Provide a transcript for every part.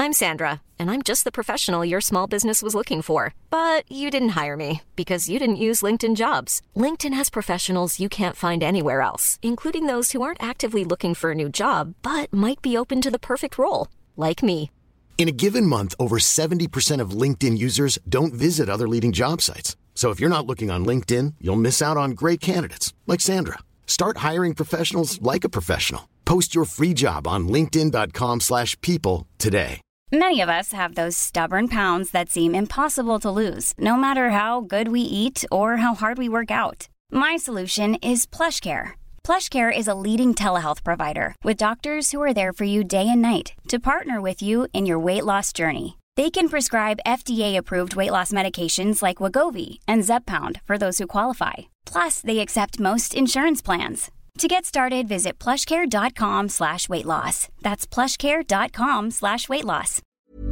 I'm Sandra, and I'm just the professional your small business was looking for. But you didn't hire me because you didn't use LinkedIn Jobs. LinkedIn has professionals you can't find anywhere else, including those who aren't actively looking for a new job, but might be open to the perfect role, like me. In a given month, over 70% of LinkedIn users don't visit other leading job sites. So if you're not looking on LinkedIn, you'll miss out on great candidates like Sandra. Start hiring professionals like a professional. Post your free job on linkedin.com/people today. Many of us have those stubborn pounds that seem impossible to lose, no matter how good we eat or how hard we work out. My solution is PlushCare. PlushCare is a leading telehealth provider with doctors who are there for you day and night to partner with you in your weight loss journey. They can prescribe FDA-approved weight loss medications like Wegovy and Zepbound for those who qualify. Plus, they accept most insurance plans. To get started, visit plushcare.com/weightloss. That's plushcare.com/weightloss.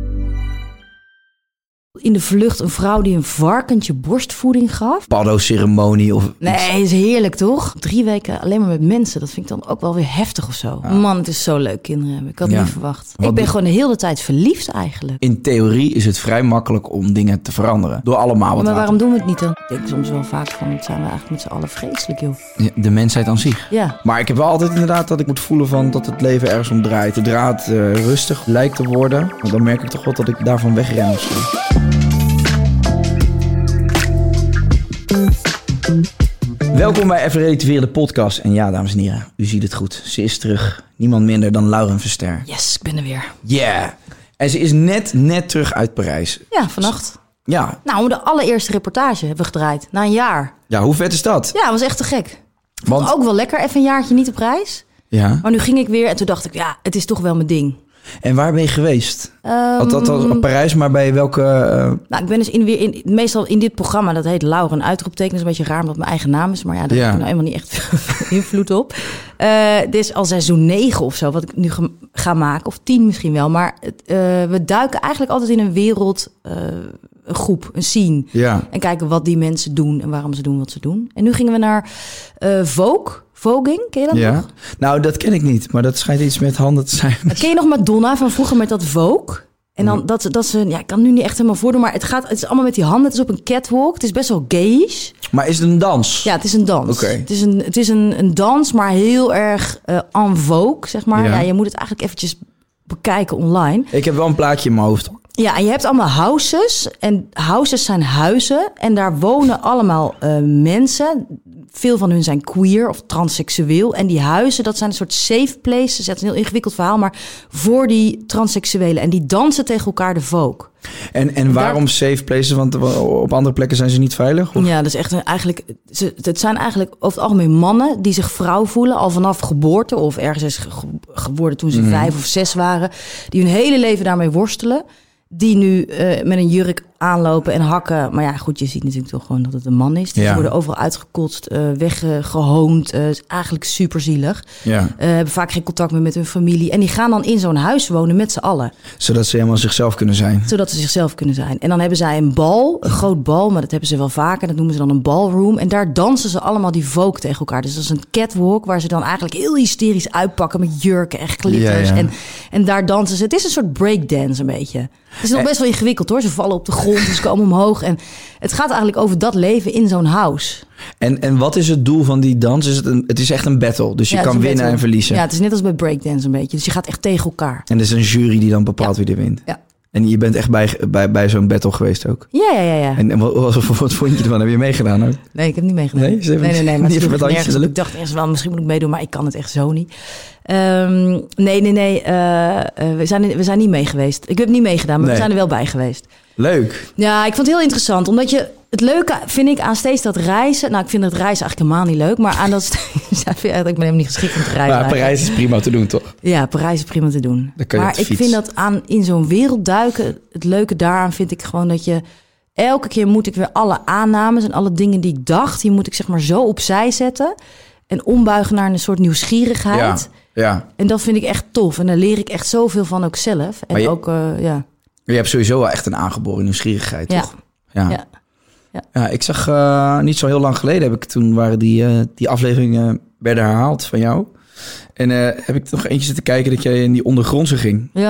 In de vlucht een vrouw die een varkentje borstvoeding gaf. Paddo-ceremonie of... Nee, is heerlijk toch? 3 weken alleen maar met mensen. Dat vind ik dan ook wel weer heftig of zo. Ja. Man, het is zo leuk kinderen hebben. Ik had het niet verwacht. Ik ben gewoon de hele tijd verliefd eigenlijk. In theorie is het vrij makkelijk om dingen te veranderen. Door allemaal wat maar waarom doen we het niet dan? Ik denk soms wel vaak van, het zijn we eigenlijk met z'n allen vreselijk joh. Ja, de mensheid aan zich. Ja. Maar ik heb wel altijd inderdaad dat ik moet voelen van dat het leven ergens om draait. De draad rustig lijkt te worden. Want dan merk ik toch wel dat ik daarvan wegren of zo. Welkom bij Even Relativeren, de podcast. En ja, dames en heren, u ziet het goed. Ze is terug. Niemand minder dan Lauren Verster. Yes, ik ben er weer. Yeah. En ze is net terug uit Parijs. Ja, vannacht. Ja. Nou, de allereerste reportage hebben we gedraaid. Na een jaar. Ja, hoe vet is dat? Ja, was echt te gek. Want ook wel lekker, even een jaartje niet op reis. Ja. Maar nu ging ik weer en toen dacht ik, ja, het is toch wel mijn ding. En waar ben je geweest? Dat op Parijs, maar bij welke... Nou, ik ben dus meestal in dit programma, dat heet Lauren, een uitroepteken. Dat is een beetje raar, omdat mijn eigen naam is. Maar ja, daar heb ik nou helemaal niet echt invloed op. Dit is al seizoen 9 of zo, wat ik nu ga maken. Of 10 misschien wel. Maar we duiken eigenlijk altijd in een wereld, een groep, een scene. Ja. En kijken wat die mensen doen en waarom ze doen wat ze doen. En nu gingen we naar Voging, ken je dat nog? Nou, dat ken ik niet, maar dat schijnt iets met handen te zijn. Ken je nog Madonna van vroeger met dat Vogue? En dan dat ze, ja, ik kan het nu niet echt helemaal voordoen, maar het is allemaal met die handen. Het is op een catwalk. Het is best wel gayish. Maar is het een dans? Ja, het is een dans. Okay. Het is een dans, maar heel erg en vogue, zeg maar. Ja, je moet het eigenlijk eventjes bekijken online. Ik heb wel een plaatje in mijn hoofd. Ja, en je hebt allemaal houses. En houses zijn huizen. En daar wonen allemaal mensen. Veel van hun zijn queer of transseksueel. En die huizen, dat zijn een soort safe places. Het is een heel ingewikkeld verhaal, maar voor die transseksuelen. En die dansen tegen elkaar de Vogue. En waarom safe places? Want op andere plekken zijn ze niet veilig? Of? Ja, dat is echt het zijn eigenlijk over het algemeen mannen die zich vrouw voelen al vanaf geboorte. Of ergens is geworden toen ze 5 of 6 waren. Die hun hele leven daarmee worstelen. Die nu met een jurk aanlopen en hakken. Maar ja, goed, je ziet natuurlijk toch gewoon dat het een man is. Die worden overal uitgekotst, weggehoond. Is eigenlijk super zielig. Ja. Hebben vaak geen contact meer met hun familie. En die gaan dan in zo'n huis wonen met z'n allen. Zodat ze helemaal zichzelf kunnen zijn. Zodat ze zichzelf kunnen zijn. En dan hebben zij een bal, een groot bal. Maar dat hebben ze wel vaker. Dat noemen ze dan een ballroom. En daar dansen ze allemaal die Vogue tegen elkaar. Dus dat is een catwalk waar ze dan eigenlijk heel hysterisch uitpakken. Met jurken en glitters. Ja. En daar dansen ze. Het is een soort breakdance een beetje. Het is nog best wel ingewikkeld hoor. Ze vallen op de grond, ze komen omhoog. En het gaat eigenlijk over dat leven in zo'n house. En wat is het doel van die dans? Het is echt een battle, dus je kan winnen en verliezen. Ja, het is net als bij breakdance een beetje. Dus je gaat echt tegen elkaar. En er is een jury die dan bepaalt wie er wint. Ja. En je bent echt bij zo'n battle geweest ook? Ja. En wat vond je ervan? Heb je meegedaan ook? Nee, ik heb niet meegedaan. Nee. Maar ik dacht eerst wel, misschien moet ik meedoen, maar ik kan het echt zo niet. Nee. We zijn niet mee geweest. Ik heb niet meegedaan, maar we zijn er wel bij geweest. Leuk. Ja, ik vond het heel interessant. Omdat het leuke vind ik aan steeds dat reizen. Nou, ik vind het reizen eigenlijk helemaal niet leuk. Maar aan dat ik ben helemaal niet geschikt om te reizen. Maar Parijs is prima te doen, toch? Ja, Parijs is prima te doen. Maar ik vind dat in zo'n wereld duiken. Het leuke daaraan vind ik gewoon dat je elke keer moet ik weer alle aannames en alle dingen die ik dacht, die moet ik zeg maar zo opzij zetten en ombuigen naar een soort nieuwsgierigheid. Ja. En dat vind ik echt tof. En daar leer ik echt zoveel van ook zelf. En je hebt sowieso wel echt een aangeboren nieuwsgierigheid, toch? Ja, ik zag niet zo heel lang geleden toen waren die afleveringen werden herhaald van jou. En heb ik nog eentje zitten kijken dat jij in die ondergrondse ging. Ja.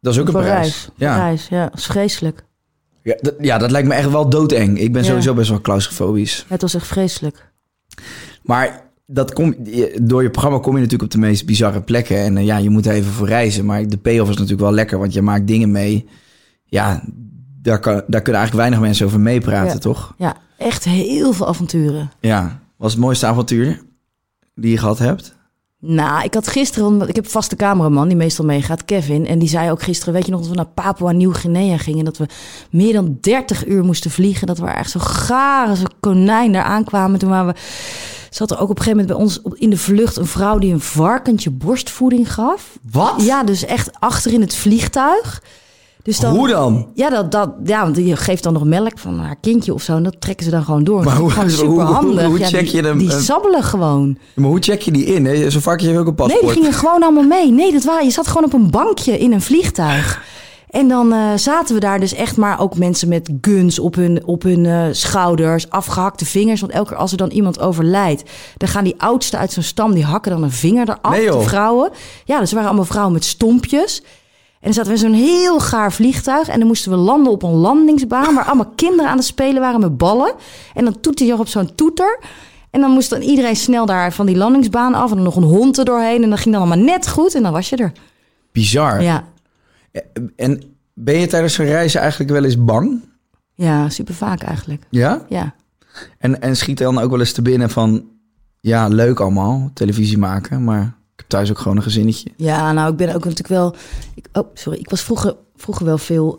Dat is ook een prijs. Parijs, ja. Dat is vreselijk. Ja, dat lijkt me echt wel doodeng. Ik ben sowieso best wel claustrofobisch. Het was echt vreselijk. Maar door je programma kom je natuurlijk op de meest bizarre plekken. En je moet er even voor reizen. Maar de payoff is natuurlijk wel lekker, want je maakt dingen mee. Ja, daar kunnen eigenlijk weinig mensen over meepraten, toch? Ja, echt heel veel avonturen. Ja, was het mooiste avontuur die je gehad hebt? Nou, ik had gisteren, ik heb een vaste cameraman die meestal meegaat, Kevin. En die zei ook gisteren, weet je nog, dat we naar Papua Nieuw-Guinea gingen. Dat we meer dan 30 uur moesten vliegen. Dat we echt zo gaar als een konijn daar aankwamen. Toen waren we... Zat er ook op een gegeven moment bij ons in de vlucht een vrouw die een varkentje borstvoeding gaf. Wat? Ja, dus echt achter in het vliegtuig. Dus dan, hoe dan? Ja, want die geeft dan nog melk van haar kindje of zo. En dat trekken ze dan gewoon door. Maar super handig. Hoe check je hem? Die sabbelen gewoon. Maar hoe check je die in? Hè? Zo'n varkentje heeft ook een paspoort. Nee, die gingen gewoon allemaal mee. Nee, je zat gewoon op een bankje in een vliegtuig. En dan zaten we daar dus echt maar ook mensen met guns op hun schouders, afgehakte vingers. Want elke keer als er dan iemand overlijdt, dan gaan die oudsten uit zo'n stam, die hakken dan een vinger eraf, de vrouwen. Ja, dus er waren allemaal vrouwen met stompjes. En dan zaten we in zo'n heel gaar vliegtuig. En dan moesten we landen op een landingsbaan waar allemaal kinderen aan het spelen waren met ballen. En dan toette je op zo'n toeter. En dan moest dan iedereen snel daar van die landingsbaan af. En dan nog een hond er doorheen. En dat ging dan allemaal net goed. En dan was je er. Bizar. Ja. En ben je tijdens zo'n reizen eigenlijk wel eens bang? Ja, super vaak eigenlijk. Ja? Ja. En schiet dan ook wel eens te binnen van... Ja, leuk allemaal, televisie maken, maar ik heb thuis ook gewoon een gezinnetje. Ja, nou, ik ben ook natuurlijk wel... Ik was vroeger wel veel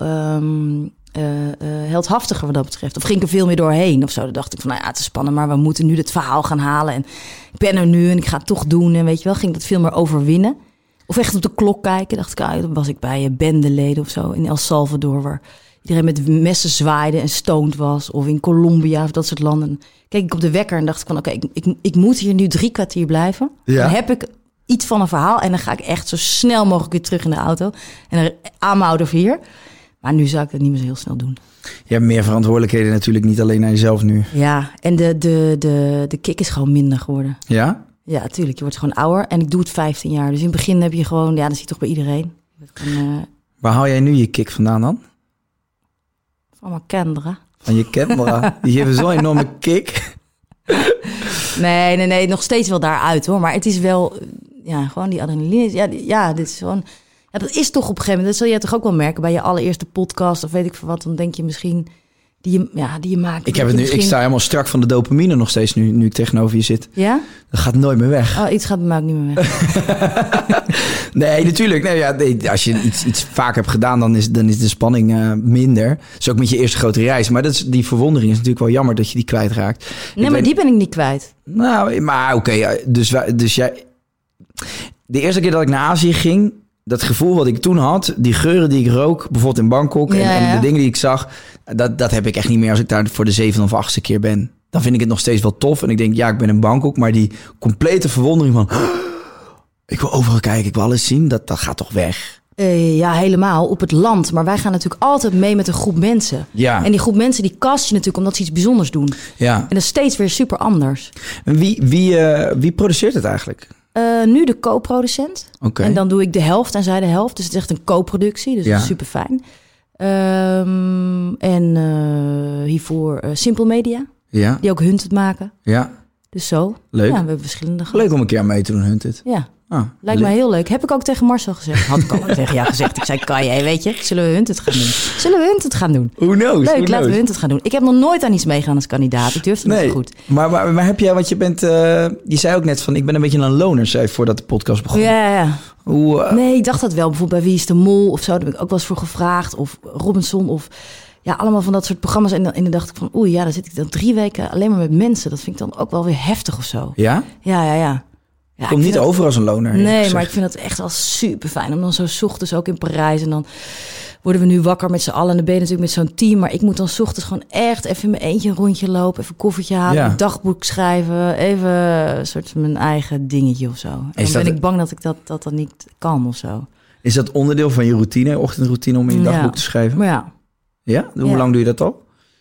heldhaftiger wat dat betreft. Of ging ik er veel meer doorheen of zo. Dan dacht ik van, nou ja, het is spannend, maar we moeten nu het verhaal gaan halen. En ik ben er nu en ik ga het toch doen. En weet je wel, ging ik dat veel meer overwinnen. Of echt op de klok kijken. Dacht ik, dan was ik bij bendeleden of zo in El Salvador, waar iedereen met messen zwaaide en stoned was. Of in Colombia of dat soort landen. Dan keek ik op de wekker en dacht ik van, oké, ik moet hier nu 3 kwartier blijven. Ja. Dan heb ik iets van een verhaal en dan ga ik echt zo snel mogelijk weer terug in de auto. En dan aanhouden voor hier. Maar nu zou ik dat niet meer zo heel snel doen. Je hebt meer verantwoordelijkheden natuurlijk, niet alleen naar jezelf nu. Ja, en de kick is gewoon minder geworden. Ja? Ja, natuurlijk. Je wordt gewoon ouder. En ik doe het 15 jaar. Dus in het begin heb je gewoon... Ja, dat zie je toch bij iedereen. Waar haal jij nu je kick vandaan dan? Van mijn kinderen. Van je kinderen? Die geven zo'n enorme kick. Nee. Nog steeds wel daaruit hoor. Maar het is wel... Ja, gewoon die adrenaline. Ja, dit is gewoon... Ja, dat is toch op een gegeven moment... Dat zul jij toch ook wel merken bij je allereerste podcast of weet ik veel wat. Dan denk je misschien... Die je maakt. Ik sta helemaal strak van de dopamine nog steeds nu ik tegenover je zit. Ja? Dat gaat nooit meer weg. Oh, iets gaat bij mij ook niet meer weg. Nee, natuurlijk. Nee, als je iets vaak hebt gedaan, dan is de spanning minder. Dat is ook met je eerste grote reis. Maar die verwondering is natuurlijk wel jammer dat je die kwijtraakt. Die ben ik niet kwijt. Nou, maar oké. Dus jij... De eerste keer dat ik naar Azië ging... Dat gevoel wat ik toen had, die geuren die ik rook, bijvoorbeeld in Bangkok... en de dingen die ik zag, dat heb ik echt niet meer als ik daar voor de 7e of 8e keer ben. Dan vind ik het nog steeds wel tof. En ik denk, ja, ik ben in Bangkok, maar die complete verwondering van... ik wil overal kijken, ik wil alles zien, dat gaat toch weg? Ja, helemaal, op het land. Maar wij gaan natuurlijk altijd mee met een groep mensen. Ja. En die groep mensen, die cast je natuurlijk omdat ze iets bijzonders doen. Ja. En dat is steeds weer super anders. En wie produceert het eigenlijk? Nu de co-producent. Okay. En dan doe ik de helft en zij de helft. Dus het is echt een co-productie. Dus dat is super fijn. En hiervoor Simple Media. Ja. Die ook Hunted maken. Ja. Dus zo. Leuk. Ja, we hebben verschillende gehad. Leuk om een keer mee te doen, Hunted. Ja. Lijkt me heel leuk. Heb ik ook tegen Marcel gezegd. Had ik al tegen jou gezegd. Ik zei, kan jij, weet je, zullen we Hunted gaan doen? Who knows? Leuk, laten we Hunted gaan doen. Ik heb nog nooit aan iets meegedaan als kandidaat. Ik durfde het niet goed. Maar heb jij, want je bent... je zei ook net van, ik ben een beetje een loner, zei voordat de podcast begon. Ja. Hoe, Nee, ik dacht dat wel. Bijvoorbeeld bij Wie is de Mol of zo. Daar heb ik ook wel eens voor gevraagd. Of Robinson of... Ja, allemaal van dat soort programma's. En dan dacht ik van, dan zit ik dan 3 weken alleen maar met mensen. Dat vind ik dan ook wel weer heftig of zo. Ja? Ja. Komt niet over als een loner. Nee, maar ik vind het echt wel super fijn. Om dan zo 's ochtends ook in Parijs. En dan worden we nu wakker met z'n allen. En dan ben je natuurlijk met zo'n team. Maar ik moet dan 's ochtends gewoon echt even in mijn eentje een rondje lopen. Even een koffietje halen. Een dagboek schrijven. Even een soort mijn eigen dingetje of zo. En dan ben ik bang dat ik dat niet kan of zo. Is dat onderdeel van je routine, ochtendroutine, om in je dagboek te schrijven? Maar ja. Ja? Hoe lang doe je dat al?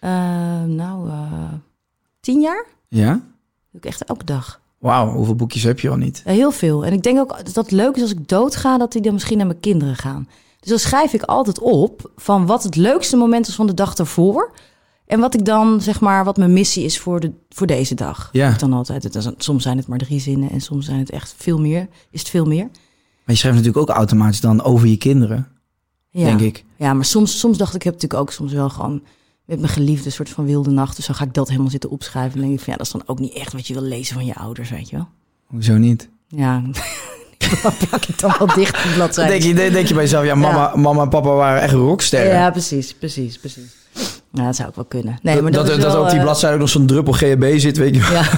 10 jaar. Ja? Doe ik echt elke dag. Wauw, hoeveel boekjes heb je al niet? Heel veel. En ik denk ook dat het leuk is als ik doodga, dat die dan misschien naar mijn kinderen gaan. Dus dan schrijf ik altijd op van wat het leukste moment is van de dag ervoor. En wat ik dan, zeg maar, wat mijn missie is voor deze dag. Ja. Dan altijd, soms zijn het maar 3 zinnen en soms zijn het echt veel meer. Is het veel meer? Maar je schrijft natuurlijk ook automatisch dan over je kinderen, denk ik. Ja, maar soms dacht ik, heb natuurlijk ook soms wel gewoon met mijn geliefde, een soort van wilde nacht. Dus dan ga ik dat helemaal zitten opschrijven. En dan denk ik van, ja, dat is dan ook niet echt wat je wil lezen van je ouders, weet je wel. Hoezo niet? Ja, plak ik dan wel dicht die bladzijde. Denk je bij jezelf, ja, mama en papa waren echt rocksterren. Ja, precies. Ja, dat zou ook wel kunnen. Nee, maar dat op die bladzijde nog zo'n druppel GHB zit, weet je wel. Ja.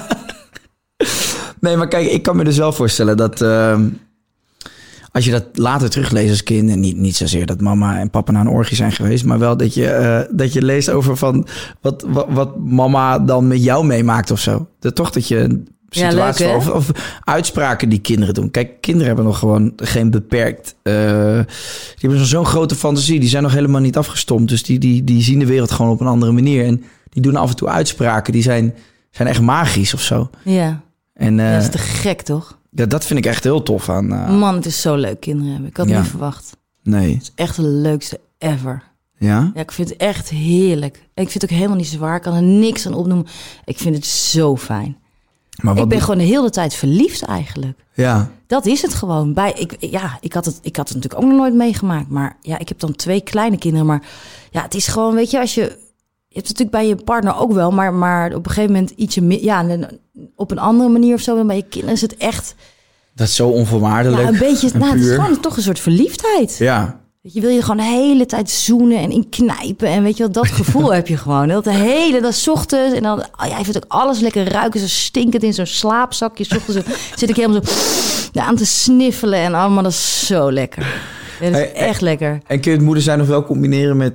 Nee, maar kijk, ik kan me dus wel voorstellen dat als je dat later terugleest als kind, en niet zozeer dat mama en papa naar een orgie zijn geweest, maar wel dat je leest over van wat mama dan met jou meemaakt of zo. Dat je situaties of uitspraken die kinderen doen. Kijk, kinderen hebben nog gewoon geen beperkt. Die hebben nog zo'n grote fantasie. Die zijn nog helemaal niet afgestompt. Dus die zien de wereld gewoon op een andere manier. En die doen af en toe uitspraken. Die zijn echt magisch of zo. Ja. En, dat is te gek, toch? Dat vind ik echt heel tof aan. Man, het is zo leuk kinderen hebben. Ik had het niet verwacht. Nee. Het is echt de leukste ever. Ja? Ja, ik vind het echt heerlijk. En ik vind het ook helemaal niet zwaar. Ik kan er niks aan opnoemen. Ik vind het zo fijn. Maar ik ben gewoon de hele tijd verliefd eigenlijk. Ja. Dat is het gewoon. Ik had het natuurlijk ook nog nooit meegemaakt. Maar ja, ik heb dan 2 kleine kinderen. Maar ja, het is gewoon, weet je, je hebt het natuurlijk bij je partner ook wel. Maar op een gegeven moment ietsje meer. Ja, op een andere manier of zo. Dan bij je kinderen is het echt. Dat is zo onvoorwaardelijk. Ja, een beetje. Het is gewoon toch een soort verliefdheid. Ja. Je wil je gewoon de hele tijd zoenen en inknijpen. En weet je wat, dat gevoel heb je gewoon. Dat is 's ochtends. En dan, je vindt ook alles lekker ruiken. Zo stinkend in zo'n slaapzakje. 's ochtends zit ik helemaal zo aan te sniffelen. En allemaal, dat is zo lekker. Ja, dat is echt lekker. En kun je het moeder zijn nog wel combineren met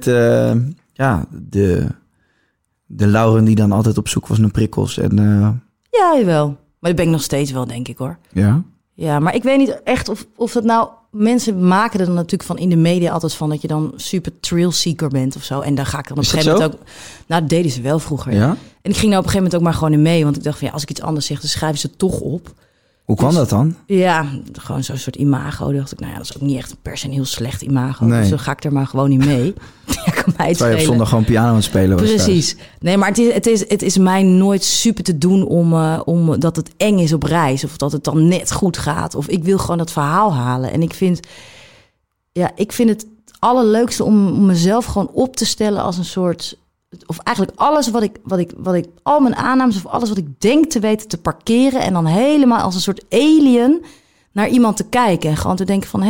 de Lauren die dan altijd op zoek was naar prikkels? En, Ja, jawel. Maar dat ben ik nog steeds wel, denk ik, hoor. Ja? Ja, maar ik weet niet echt of dat nou... Mensen maken er dan natuurlijk van in de media altijd van... dat je dan super thrill-seeker bent of zo. En daar ga ik dan op een gegeven moment ook... Nou, dat deden ze wel vroeger. Ja? En ik ging nou op een gegeven moment ook maar gewoon in mee. Want ik dacht van, ja, als ik iets anders zeg, dan schrijven ze het toch op. Hoe kwam dat dan? Ja, gewoon zo'n soort imago. Dan dacht ik, nou ja, dat is ook niet echt per se een heel slecht imago. Nee. Dus dan ga ik er maar gewoon in mee. Ja, kan mij het terwijl je op zondag gewoon piano aan het spelen was. Precies. Thuis. Nee, maar het is mij nooit super te doen om dat het eng is op reis. Of dat het dan net goed gaat. Of ik wil gewoon dat verhaal halen. En ik vind het allerleukste om mezelf gewoon op te stellen als een soort... Of eigenlijk alles wat ik al mijn aannames of alles wat ik denk te weten te parkeren en dan helemaal als een soort alien naar iemand te kijken en gewoon te denken van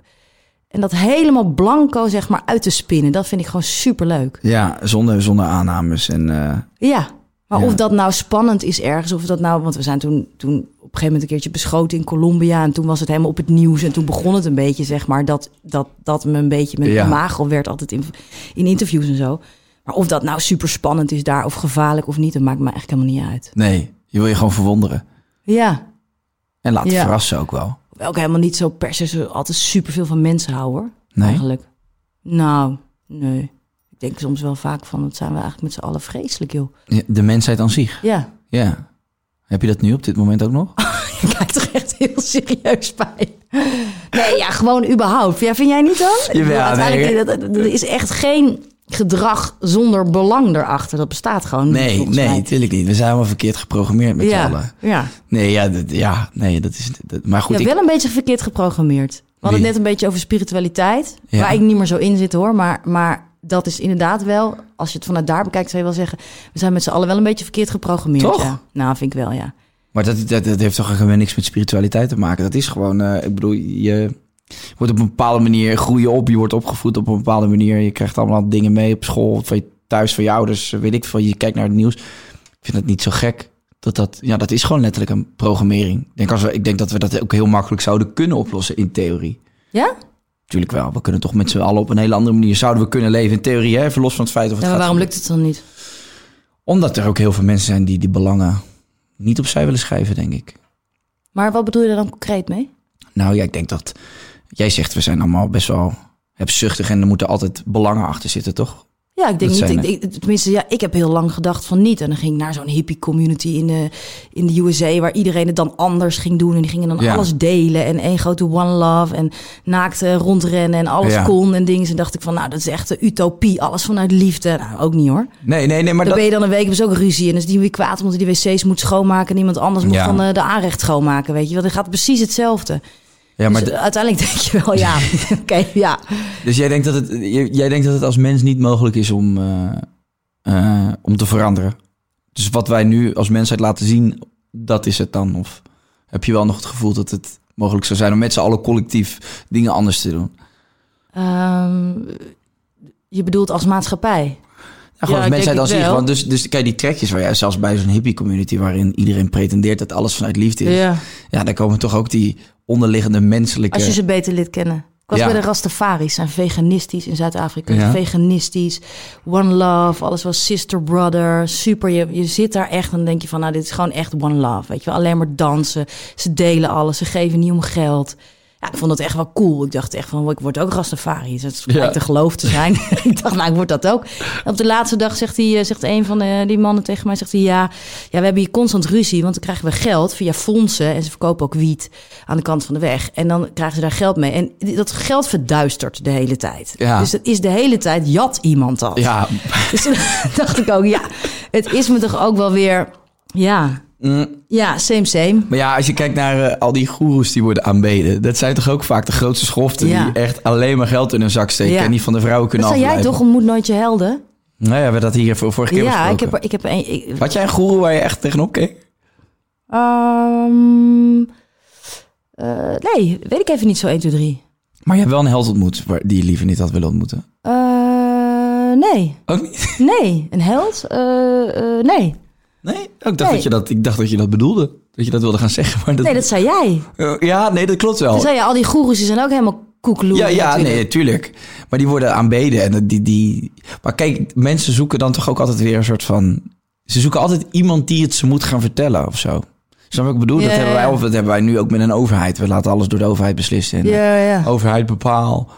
en dat helemaal blanco zeg maar uit te spinnen, dat vind ik gewoon superleuk. Ja, zonder aannames en maar of dat nou spannend is ergens of dat nou, want we zijn toen op een gegeven moment een keertje beschoten in Colombia en toen was het helemaal op het nieuws en toen begon het een beetje zeg maar dat me een beetje met imago werd altijd in interviews en zo. Maar of dat nou super spannend is daar of gevaarlijk of niet, dat maakt me eigenlijk helemaal niet uit. Nee, je wil je gewoon verwonderen. Ja. En laten verrassen ook wel. Ook helemaal niet zo per se altijd superveel van mensen houden, hoor. Nee? Eigenlijk. Nou, nee. Ik denk soms wel vaak van, wat zijn we eigenlijk met z'n allen vreselijk, joh. Ja, de mensheid aan zich? Ja. Ja. Heb je dat nu op dit moment ook nog? Je kijkt toch echt heel serieus bij. Nee, ja, gewoon überhaupt. Ja, vind jij niet dan? Jawel, er is echt geen gedrag zonder belang erachter. Dat bestaat gewoon niet. Nee, natuurlijk niet. We zijn allemaal verkeerd geprogrammeerd met z'n allen. Ja. Nee, dat is... Maar goed, wel een beetje verkeerd geprogrammeerd. We hadden het net een beetje over spiritualiteit. Ja. Waar ik niet meer zo in zit, hoor. Maar dat is inderdaad wel... Als je het vanuit daar bekijkt, zou je wel zeggen... We zijn met z'n allen wel een beetje verkeerd geprogrammeerd. Toch? Ja. Nou, vind ik wel, ja. Maar dat heeft toch helemaal niks met spiritualiteit te maken. Dat is gewoon... ik bedoel, je wordt op een bepaalde manier... Groei je op, je wordt opgevoed op een bepaalde manier. Je krijgt allemaal dingen mee op school, van je thuis, van je ouders. Weet ik veel. Je kijkt naar het nieuws. Ik vind het niet zo gek. Dat is gewoon letterlijk een programmering. Ik denk dat we dat ook heel makkelijk zouden kunnen oplossen in theorie. Ja? Tuurlijk wel. We kunnen toch met z'n allen op een hele andere manier... zouden we kunnen leven in theorie, hè? Even los van het feit of het maar gaat... waarom lukt het dan niet? Omdat er ook heel veel mensen zijn die belangen niet opzij willen schrijven, denk ik. Maar wat bedoel je er dan concreet mee? Nou ja, ik denk dat... Jij zegt, we zijn allemaal best wel hebzuchtig... en er moeten altijd belangen achter zitten, toch? Ja, ik denk niet. Tenminste, ik heb heel lang gedacht van niet. En dan ging ik naar zo'n hippie community in de USA... waar iedereen het dan anders ging doen. En die gingen dan alles delen. En één grote one love. En naakt rondrennen en alles kon en dingen. En dacht ik van, nou, dat is echt een utopie. Alles vanuit liefde. Nou, ook niet hoor. Nee, maar ben je dan een week, hebben ze ook ruzie. En dan is die weer kwaad omdat hij de wc's moet schoonmaken... en iemand anders moet van de aanrecht schoonmaken, weet je wel. Dan gaat precies hetzelfde. Ja, maar dus uiteindelijk denk je wel, oké. Dus jij denkt dat het als mens niet mogelijk is om te veranderen? Dus wat wij nu als mensheid laten zien, dat is het dan? Of heb je wel nog het gevoel dat het mogelijk zou zijn om met z'n allen collectief dingen anders te doen? Je bedoelt als maatschappij? Ja, gewoon als mensheid als hier. Dus kijk, die trekjes waar jij zelfs bij zo'n hippie community... waarin iedereen pretendeert dat alles vanuit liefde is. Ja, daar komen toch ook die onderliggende menselijke... Als je ze beter lid kennen. Ik was bij de Rastafaris, zijn veganistisch in Zuid-Afrika. Ja. Veganistisch, one love, alles was sister, brother, super. Je zit daar echt en dan denk je van, nou, dit is gewoon echt one love. Weet je wel, alleen maar dansen. Ze delen alles, ze geven niet om geld. Ja, ik vond dat echt wel cool. Ik dacht echt van, ik word ook Rastafari. Dat lijkt te geloof te zijn. Ik dacht, nou, ik word dat ook. En op de laatste dag zegt een van die mannen tegen mij... zegt hij, ja, we hebben hier constant ruzie... want dan krijgen we geld via fondsen... en ze verkopen ook wiet aan de kant van de weg. En dan krijgen ze daar geld mee. En dat geld verduistert de hele tijd. Ja. Dus dat is de hele tijd, jat iemand dat. Ja. Dus toen dacht ik ook, het is me toch ook wel weer... Ja, same. Maar ja, als je kijkt naar al die goeroes die worden aanbeden... dat zijn toch ook vaak de grootste schoften... die echt alleen maar geld in hun zak steken... en die van de vrouwen kunnen afblijven. Dat zei jij toch, ontmoet nooit je helden? Nou ja, we hebben dat hier vorige keer besproken. Ik heb Had jij een goeroe waar je echt tegenop keek? Nee, weet ik even niet zo 1, 2, 3. Maar je hebt wel een held ontmoet... die je liever niet had willen ontmoeten? Nee. Ook niet? Nee, een held? Nee. Nee? Ik dacht dat je dat bedoelde. Dat je dat wilde gaan zeggen. Maar nee, dat zei jij. Ja, nee, dat klopt wel. Toen zei je, al die goeroes zijn ook helemaal koekeloer. Ja, nee, tuurlijk. Maar die worden aanbeden. En Maar kijk, mensen zoeken dan toch ook altijd weer een soort van... Ze zoeken altijd iemand die het ze moet gaan vertellen of zo. Snap je wat ik bedoel? Dat hebben wij nu ook met een overheid. We laten alles door de overheid beslissen. Overheid bepaal.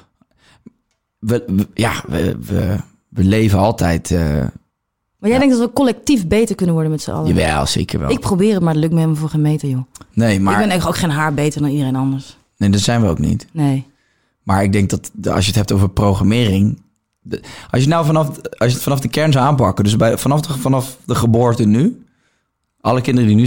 We leven altijd... Maar jij denkt dat we collectief beter kunnen worden met z'n allen? Jawel, zeker wel. Ik probeer het, maar dat lukt me helemaal voor geen meter, joh. Nee, maar... Ik ben ook geen haar beter dan iedereen anders. Nee, dat zijn we ook niet. Nee. Maar ik denk dat als je het hebt over programmering... Als je het vanaf de kern zou aanpakken... Dus vanaf de geboorte nu... Alle kinderen die nu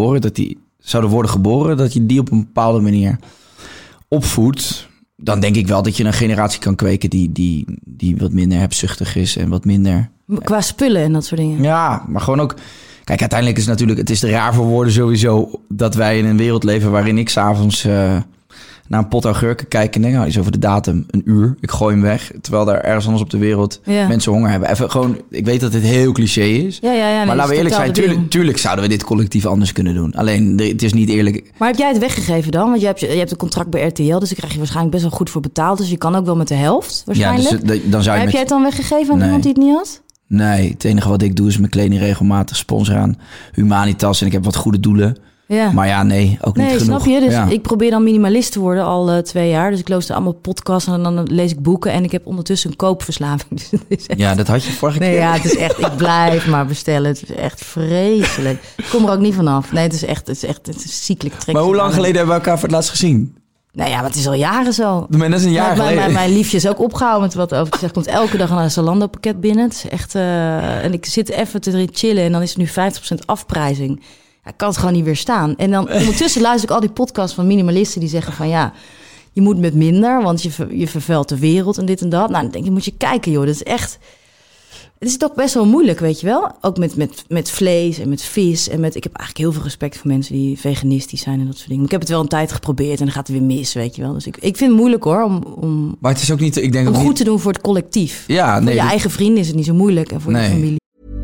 zouden worden geboren... Dat je die op een bepaalde manier opvoedt... Dan denk ik wel dat je een generatie kan kweken... die wat minder hebzuchtig is en wat minder... Qua spullen en dat soort dingen. Ja, maar gewoon ook... Kijk, uiteindelijk is het is te raar voor woorden sowieso... dat wij in een wereld leven waarin ik 's avonds naar een pot augurken kijk... en denk, nou, is over de datum 1 uur. Ik gooi hem weg, terwijl er ergens anders op de wereld mensen honger hebben. Even gewoon, ik weet dat dit heel cliché is. Nee, maar laten we eerlijk zijn, tuurlijk zouden we dit collectief anders kunnen doen. Alleen, het is niet eerlijk. Maar heb jij het weggegeven dan? Want je hebt een contract bij RTL, dus daar krijg je waarschijnlijk best wel goed voor betaald. Dus je kan ook wel met de helft, waarschijnlijk. Ja, dus, dan zou je heb jij het dan weggegeven aan iemand die het niet had? Nee, het enige wat ik doe is mijn kleding regelmatig sponsoren aan Humanitas. En ik heb wat goede doelen. Ja. Maar ja, nee, ook niet genoeg. Snap je? Dus ik probeer dan minimalist te worden al 2 jaar. Dus ik luister allemaal podcasts en dan lees ik boeken. En ik heb ondertussen een koopverslaving. Dus dat is echt... Ja, dat had je vorige keer. Ja, het is echt, ik blijf maar bestellen. Het is echt vreselijk. Ik kom er ook niet vanaf. Nee, het is ziekelijk trek. Maar hoe lang geleden hebben we elkaar voor het laatst gezien? Nou ja, maar het is al jaren zo. Dat is een jaar geleden. Mijn liefje is ook opgehouden met wat over te zeggen. Komt elke dag een Zalando pakket binnen. Het is echt... en ik zit even te chillen en dan is er nu 50% afprijzing. Ja, ik kan het gewoon niet weerstaan. En dan ondertussen luister ik al die podcasts van minimalisten die zeggen van ja, je moet met minder, want je vervuilt de wereld en dit en dat. Nou, dan denk je, moet je kijken joh, dat is echt... Het is toch best wel moeilijk, weet je wel? Ook met vlees en met vis. Ik heb eigenlijk heel veel respect voor mensen die veganistisch zijn en dat soort dingen. Maar ik heb het wel een tijd geprobeerd en dan gaat het weer mis, weet je wel. Dus ik vind het moeilijk hoor, om maar het is ook niet, ik denk om goed niet... te doen voor het collectief. Ja, voor je eigen vrienden is het niet zo moeilijk en voor je familie.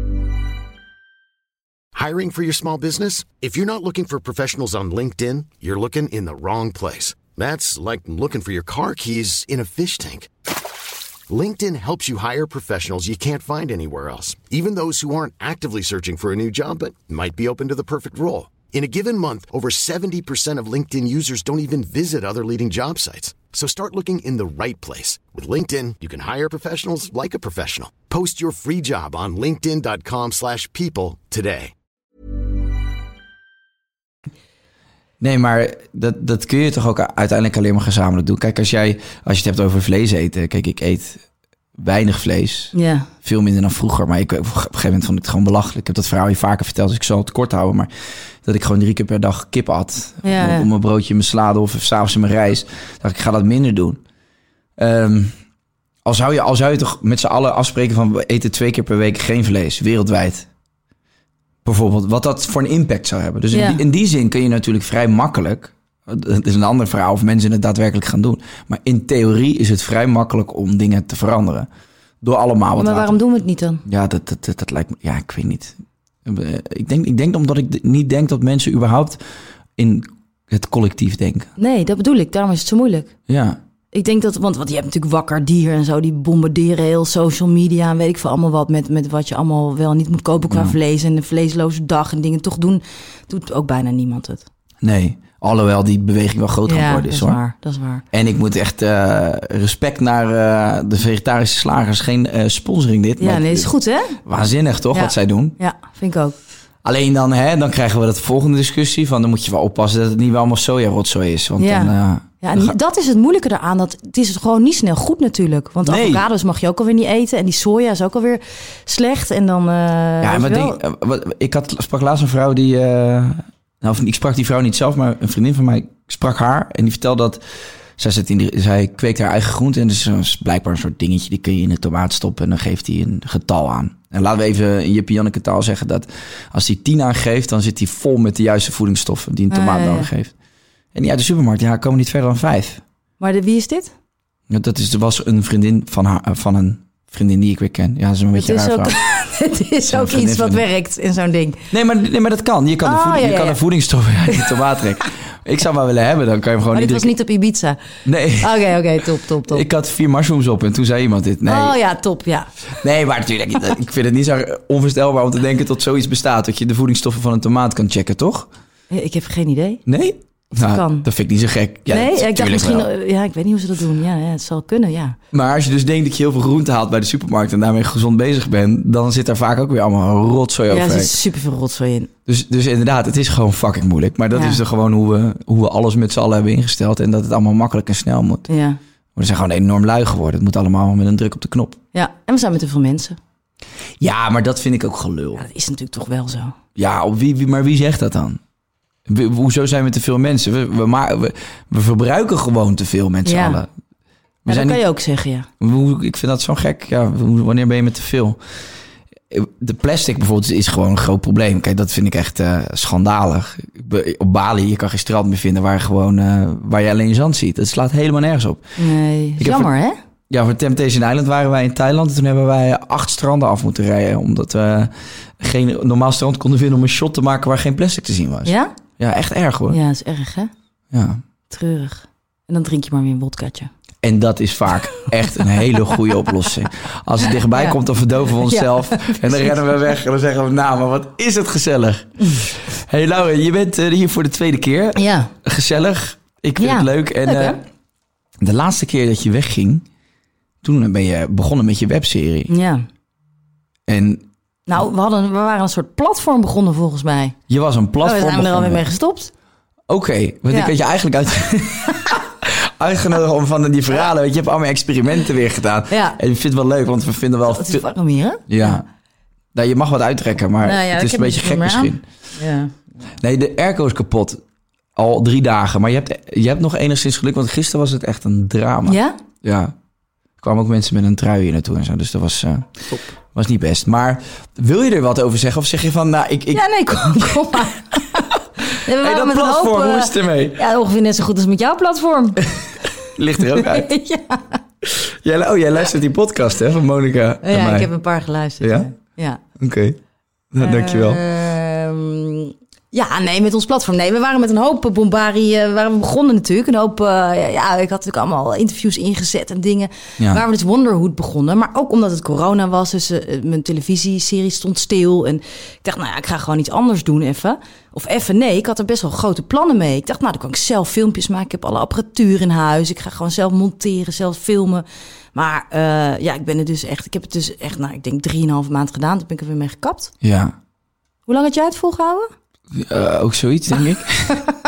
Hiring for your small business? If you're not looking for professionals on LinkedIn, you're looking in the wrong place. That's like looking for your car keys in a fish tank. LinkedIn helps you hire professionals you can't find anywhere else, even those who aren't actively searching for a new job but might be open to the perfect role. In a given month, over 70% of LinkedIn users don't even visit other leading job sites. So start looking in the right place. With LinkedIn, you can hire professionals like a professional. Post your free job on linkedin.com/people today. Nee, maar dat kun je toch ook uiteindelijk alleen maar gezamenlijk doen. Kijk, als je het hebt over vlees eten. Kijk, ik eet weinig vlees. Ja. Veel minder dan vroeger. Maar op een gegeven moment vond ik het gewoon belachelijk. Ik heb dat verhaal je vaker verteld, dus ik zal het kort houden. Maar dat ik gewoon 3 keer per dag kip at. Ja. Op mijn broodje, mijn salade of 's avonds in mijn rijst. Dacht ik ga dat minder doen. Al zou je toch met z'n allen afspreken van... we eten 2 keer per week geen vlees, wereldwijd. Bijvoorbeeld, wat dat voor een impact zou hebben. Dus in die zin kun je natuurlijk vrij makkelijk... Het is een ander verhaal of mensen het daadwerkelijk gaan doen. Maar in theorie is het vrij makkelijk om dingen te veranderen. Door allemaal wat Maar waarom doen we het niet dan? Ja, dat lijkt me... Ja, ik weet niet. Ik denk omdat ik niet denk dat mensen überhaupt in het collectief denken. Nee, dat bedoel ik. Daarom is het zo moeilijk. Ja. Ik denk dat... Want je hebt natuurlijk Wakker Dier en zo. Die bombarderen heel social media en weet ik veel allemaal wat. Met wat je allemaal wel niet moet kopen qua vlees. En de vleesloze dag en dingen toch doen. Doet ook bijna niemand het. Nee. Alhoewel die beweging wel groot aan worden is, hoor. Dat is waar. En ik moet echt respect naar de vegetarische slagers. Geen sponsoring dit. Ja, nee, is goed, hè? Waanzinnig, toch, wat zij doen? Ja, vind ik ook. Alleen dan krijgen we de volgende discussie van... dan moet je wel oppassen dat het niet wel allemaal soja-rotzooi is. Want en dat is het moeilijke eraan. Dat het is gewoon niet snel goed natuurlijk. Want avocados mag je ook alweer niet eten. En die soja is ook alweer slecht. En dan... sprak laatst een vrouw die... ik sprak die vrouw niet zelf, maar een vriendin van mij sprak haar. En die vertelde dat zij kweekt haar eigen groente. En dat is blijkbaar een soort dingetje, die kun je in de tomaat stoppen. En dan geeft hij een getal aan. En laten we even in Jippie Janneke taal zeggen dat als hij 10 aangeeft... dan zit hij vol met de juiste voedingsstoffen die een tomaat nodig heeft. En die uit de supermarkt, komen niet verder dan 5. Maar wie is dit? Dat was een vriendin van een vriendin die ik weer ken. Ja, dat is een beetje raar verhaal. Het is ook iets wat werkt in zo'n ding. Nee, maar dat kan. Je kan de voedingsstoffen uit die tomaat trekken. Ik zou maar willen hebben, dan kan je hem gewoon niet... Maar dit was niet op Ibiza? Nee. Oké, top. Ik had 4 mushrooms op en toen zei iemand dit. Nee. Oh ja, top, ja. Nee, maar natuurlijk, ik vind het niet zo onvoorstelbaar om te denken dat zoiets bestaat. Dat je de voedingsstoffen van een tomaat kan checken, toch? Ik heb geen idee. Nee? Dat vind ik niet zo gek. Ja, nee, ik dacht misschien... Wel. Ja, ik weet niet hoe ze dat doen. Ja, het zal kunnen, ja. Maar als je dus denkt dat je heel veel groente haalt bij de supermarkt... en daarmee gezond bezig bent... dan zit daar vaak ook weer allemaal rotzooi over. Ja, er zit superveel rotzooi in. Dus inderdaad, het is gewoon fucking moeilijk. Maar dat is er gewoon hoe we alles met z'n allen hebben ingesteld... en dat het allemaal makkelijk en snel moet. Ja. Maar we zijn gewoon enorm lui geworden. Het moet allemaal met een druk op de knop. Ja, en we zijn met te veel mensen. Ja, maar dat vind ik ook gelul. Ja, dat is natuurlijk toch wel zo. Ja, maar wie zegt dat dan? Hoezo zijn we te veel mensen? We verbruiken gewoon te veel met z'n allen. Dat kan je ook zeggen, ja. Ik vind dat zo gek. Ja, wanneer ben je met te veel? De plastic bijvoorbeeld is gewoon een groot probleem. Kijk, dat vind ik echt schandalig. Op Bali, je kan geen strand meer vinden waar je alleen zand ziet. Het slaat helemaal nergens op. Nee, jammer hè? Ja, voor Temptation Island waren wij in Thailand. En toen hebben wij 8 stranden af moeten rijden. Omdat we geen normaal strand konden vinden om een shot te maken waar geen plastic te zien was. Ja? Ja, echt erg hoor. Ja, dat is erg hè? Ja. Treurig. En dan drink je maar weer een wodkaatje. En dat is vaak echt een hele goede oplossing. Als het dichtbij komt, dan verdoven we onszelf. En dan rennen we weg en dan zeggen we... nou, maar wat is het gezellig. Hey Laura, je bent hier voor de 2e keer. Ja. Gezellig. Ik vind het leuk. En de laatste keer dat je wegging... toen ben je begonnen met je webserie. Ja. En... Nou, we waren een soort platform begonnen volgens mij. Je was een platform begonnen. We zijn er alweer mee gestopt. Oké, want ik had je eigenlijk uitgenodigd om van die verhalen... weet je hebt allemaal experimenten weer gedaan. Ja. En ik vind het wel leuk, want we vinden wel... Het is warm hier, hè? Ja. Nou, je mag wat uittrekken, maar het is een beetje gek misschien. Ja. Nee, de airco is kapot. Al 3 dagen. Maar je hebt nog enigszins geluk, want gisteren was het echt een drama. Ja? Ja. Er kwamen ook mensen met een trui hier naartoe en zo. Dus dat was niet best. Maar wil je er wat over zeggen? Of zeg je van, nou, Ja, nee, kom maar. Hey, dat platform, hoe is het ermee? Ja, ongeveer net zo goed als met jouw platform. Ligt er ook uit. Ja. Jij luistert die podcast, hè, van Monica en mij. Ik heb een paar geluisterd. Ja? Ja. Oké. Nou, dankjewel. Ja, nee, met ons platform. Nee, we waren met een hoop bombarie, waren we begonnen natuurlijk. Een hoop, ik had natuurlijk allemaal interviews ingezet en dingen. Ja. Waar we dus Wonderhood begonnen. Maar ook omdat het corona was, dus mijn televisieserie stond stil. En ik dacht, ik ga gewoon iets anders doen even. Of even, nee, ik had er best wel grote plannen mee. Ik dacht, dan kan ik zelf filmpjes maken. Ik heb alle apparatuur in huis. Ik ga gewoon zelf monteren, zelf filmen. Maar ik ben het dus echt, ik heb het dus echt, ik denk 3,5 maand gedaan. Toen ben ik er weer mee gekapt. Ja. Hoe lang had jij het volgehouden? Ook zoiets, denk ik.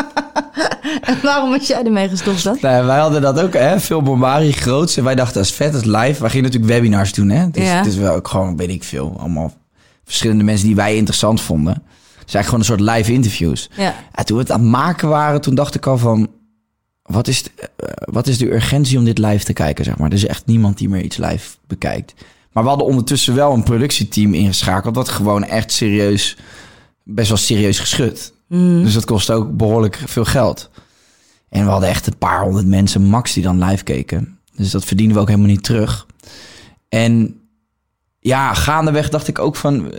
En waarom was jij ermee gestopt dan? Nee, wij hadden dat ook, veel bombarie, groots. En wij dachten, dat is vet, dat is live. Wij gingen natuurlijk webinars doen, hè. Dus het is wel ook gewoon, weet ik veel, allemaal verschillende mensen die wij interessant vonden. Dus eigenlijk gewoon een soort live interviews. Ja. En toen we het aan het maken waren, toen dacht ik al van, wat is de urgentie om dit live te kijken, zeg maar. Er is echt niemand die meer iets live bekijkt. Maar we hadden ondertussen wel een productieteam ingeschakeld, wat gewoon echt best wel serieus geschud. Dus dat kost ook behoorlijk veel geld. En we hadden echt een paar honderd mensen max die dan live keken. Dus dat verdienen we ook helemaal niet terug. En ja, gaandeweg dacht ik ook van,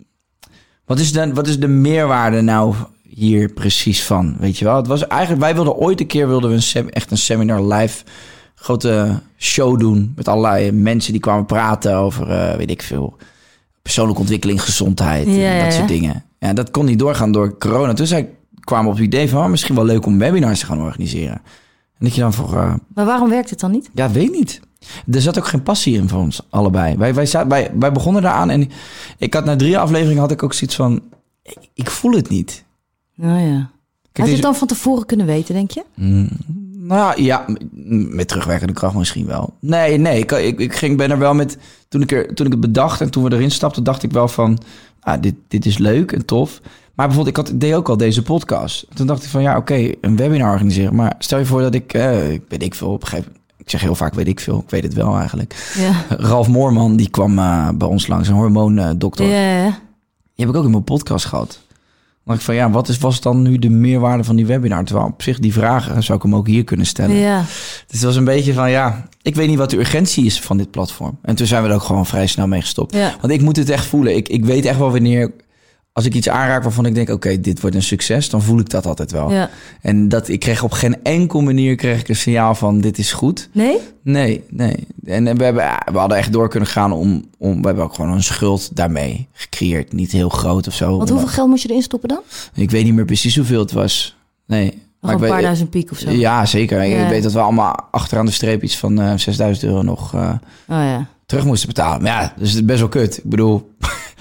wat is de meerwaarde nou hier precies van? Weet je wel? Het was eigenlijk, wij wilden ooit een keer echt een seminar live, grote show doen met allerlei mensen die kwamen praten over, weet ik veel, persoonlijke ontwikkeling, gezondheid en dat soort dingen. Ja, dat kon niet doorgaan door corona. Dus kwamen op het idee van, misschien wel leuk om webinars te gaan organiseren. En dat je dan vroeg, maar waarom werkt het dan niet? Ja, weet niet. Er zat ook geen passie in voor ons allebei. Wij begonnen daaraan en ik had na 3 afleveringen had ik ook zoiets van, ik voel het niet. Nou ja. Had je het dan van tevoren kunnen weten, denk je? Nou ja, met terugwerkende kracht misschien wel. Nee, ik ben er wel met, toen ik het bedacht en toen we erin stapten, dacht ik wel van, dit is leuk en tof. Maar bijvoorbeeld, ik deed ook al deze podcast. Toen dacht ik van, oké, een webinar organiseren. Maar stel je voor dat ik weet ik veel, op een gegeven moment, ik zeg heel vaak weet ik veel, ik weet het wel eigenlijk. Ja. Ralf Moorman, die kwam bij ons langs, een hormoondokter. Ja. Die heb ik ook in mijn podcast gehad. Dan dacht ik van, was dan nu de meerwaarde van die webinar? Terwijl op zich die vragen zou ik hem ook hier kunnen stellen. Ja. Dus het was een beetje van, ik weet niet wat de urgentie is van dit platform. En toen zijn we er ook gewoon vrij snel mee gestopt. Ja. Want ik moet het echt voelen. Ik weet echt wel wanneer, als ik iets aanraak waarvan ik denk, oké, dit wordt een succes, dan voel ik dat altijd wel. Ja. En ik kreeg op geen enkel manier een signaal van, dit is goed. Nee. En we hadden echt door kunnen gaan om we hebben ook gewoon een schuld daarmee gecreëerd. Niet heel groot of zo. Want hoeveel geld moest je erin stoppen dan? Ik weet niet meer precies hoeveel het was. Nee. Maar een paar duizend piek of zo? Ja, zeker. Ja. Ik weet dat we allemaal achteraan de streep iets van €6.000 nog terug moesten betalen. Maar ja, dus het is best wel kut. Ik bedoel,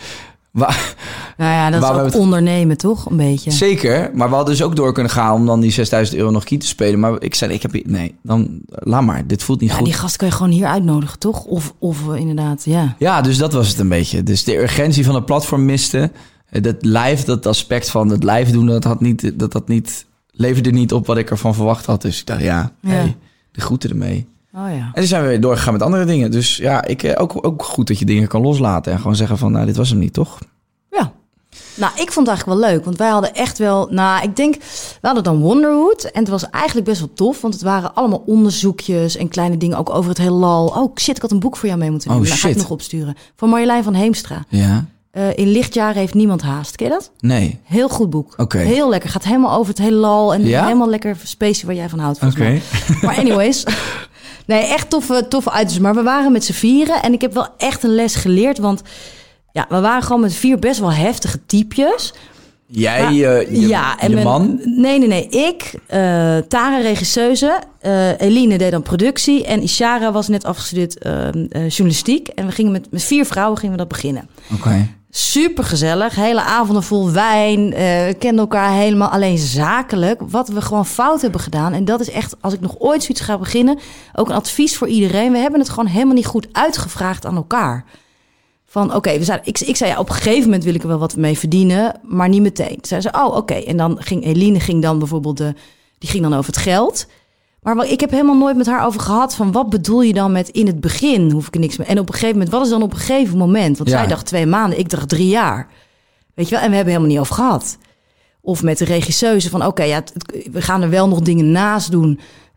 dat is ook ondernemen, toch? Een beetje. Zeker, maar we hadden dus ook door kunnen gaan om dan die €6.000 nog kiet te spelen. Maar ik zei, dan laat maar. Dit voelt niet goed. Die gast kan je gewoon hier uitnodigen, toch? Of inderdaad, ja. Ja, dus dat was het een beetje. Dus de urgentie van het platform miste. Dat live, dat aspect van het live doen, dat leverde niet op wat ik ervan verwacht had. Dus ik dacht, de groeten ermee. Oh ja. En toen zijn we weer doorgegaan met andere dingen. Dus ja, ook goed dat je dingen kan loslaten. En gewoon zeggen van, dit was hem niet, toch? Ja. Nou, ik vond het eigenlijk wel leuk. Want wij hadden echt wel, ik denk, we hadden dan Wonderhood. En het was eigenlijk best wel tof. Want het waren allemaal onderzoekjes en kleine dingen ook over het heelal. Oh shit, ik had een boek voor jou mee moeten nemen. Ga ik nog opsturen. Van Marjolein van Heemstra. Ja. In lichtjaren heeft niemand haast. Ken je dat? Nee. Heel goed boek. Okay. Heel lekker. Gaat helemaal over het heelal. En helemaal lekker specie waar jij van houdt. Oké. Maar anyways. Nee, echt toffe items. Maar we waren met z'n 4 en ik heb wel echt een les geleerd. Want we waren gewoon met 4 best wel heftige typjes. Jij, je man? Nee. Ik, Tara, regisseuse. Eline deed dan productie. En Ishara was net afgestudeerd journalistiek. En we gingen met 4 vrouwen gingen we dat beginnen. Oké. Super gezellig. Hele avonden vol wijn. Kenden elkaar helemaal alleen zakelijk. Wat we gewoon fout hebben gedaan. En dat is echt, als ik nog ooit zoiets ga beginnen, ook een advies voor iedereen. We hebben het gewoon helemaal niet goed uitgevraagd aan elkaar. Van ik zei op een gegeven moment wil ik er wel wat mee verdienen, maar niet meteen. Zei ze, oké. En dan ging Eline bijvoorbeeld die ging dan over het geld. Maar ik heb helemaal nooit met haar over gehad van wat bedoel je dan met in het begin hoef ik er niks mee. En op een gegeven moment, wat is dan op een gegeven moment? Want zij dacht 2 maanden, ik dacht 3 jaar. Weet je wel? En we hebben helemaal niet over gehad. Of met de regisseuse van we gaan er wel nog dingen naast doen.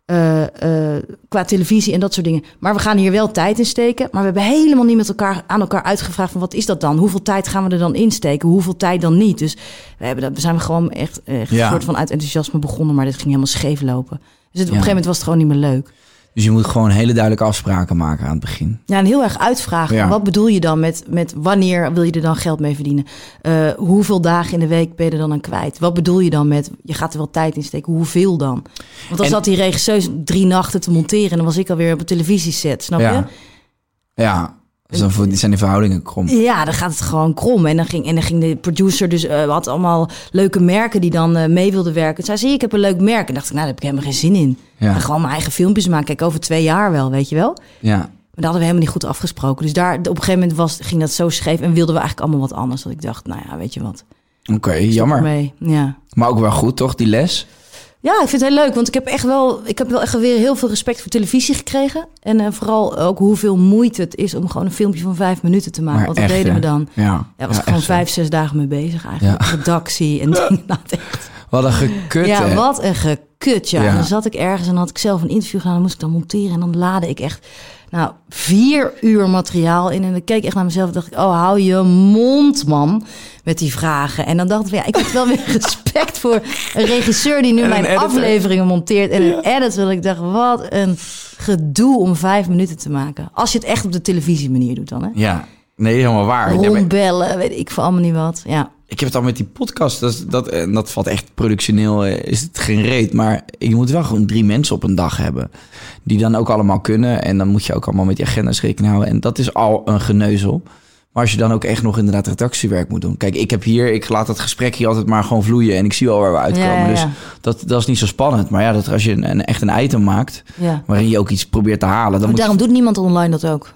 qua televisie en dat soort dingen. Maar we gaan hier wel tijd in steken. Maar we hebben helemaal niet met elkaar aan elkaar uitgevraagd van wat is dat dan? Hoeveel tijd gaan we er dan insteken? Hoeveel tijd dan niet? Dus we zijn gewoon echt een soort van uit enthousiasme begonnen, maar dit ging helemaal scheef lopen. Dus op een gegeven moment was het gewoon niet meer leuk. Dus je moet gewoon hele duidelijke afspraken maken aan het begin. Ja, en heel erg uitvragen. Ja. Wat bedoel je dan met wanneer wil je er dan geld mee verdienen? Hoeveel dagen in de week ben je er dan aan kwijt? Wat bedoel je dan met, je gaat er wel tijd in steken? Hoeveel dan? Want dan zat die regisseur 3 nachten te monteren en dan was ik alweer op een televisieset, snap je? Ja. Dus dan zijn die verhoudingen krom. Ja, dan gaat het gewoon krom. En dan ging de producer dus had allemaal leuke merken die dan mee wilden werken. Zei ze, ik heb een leuk merk. En dacht ik, daar heb ik helemaal geen zin in. Ja. En gewoon mijn eigen filmpjes maken. Kijk, over 2 jaar wel, weet je wel. Ja. Maar dat hadden we helemaal niet goed afgesproken. Dus daar op een gegeven moment ging dat zo scheef. En wilden we eigenlijk allemaal wat anders. Dat ik dacht, nou ja, weet je wat. Oké, jammer. Mee. Ja. Maar ook wel goed, toch, die les? Ja, ik vind het heel leuk, want ik heb wel echt weer heel veel respect voor televisie gekregen. En vooral ook hoeveel moeite het is om gewoon een filmpje van 5 minuten te maken. Want dat deden we dan. Ja, was ik gewoon 5-6 dagen mee bezig eigenlijk. Ja. Redactie en dingen. Echt. Wat een gekut. Ja, wat een gekut, ja. En dan zat ik ergens en had ik zelf een interview gedaan. Dan moest ik dan monteren en dan laadde ik echt 4 uur materiaal in. En dan keek ik echt naar mezelf en dacht ik, oh, hou je mond, man, met die vragen. En dan dacht ik, ik heb wel weer respect voor een regisseur die nu mijn afleveringen monteert. En een editor. Ik dacht, wat een gedoe om 5 minuten te maken. Als je het echt op de televisiemanier doet dan, hè? Ja, nee, helemaal waar. Rondbellen, weet ik voor allemaal niet wat, ja. Ik heb het al met die podcast, dat valt echt productioneel, is het geen reet. Maar je moet wel gewoon 3 mensen op een dag hebben. Die dan ook allemaal kunnen. En dan moet je ook allemaal met die agenda's rekening houden. En dat is al een geneuzel. Maar als je dan ook echt nog inderdaad redactiewerk moet doen. Kijk, ik laat het gesprek hier altijd maar gewoon vloeien. En ik zie wel waar we uitkomen. Ja. Dus dat is niet zo spannend. Maar ja, als je echt een item maakt, waarin je ook iets probeert te halen. Dan daarom doet niemand online dat ook.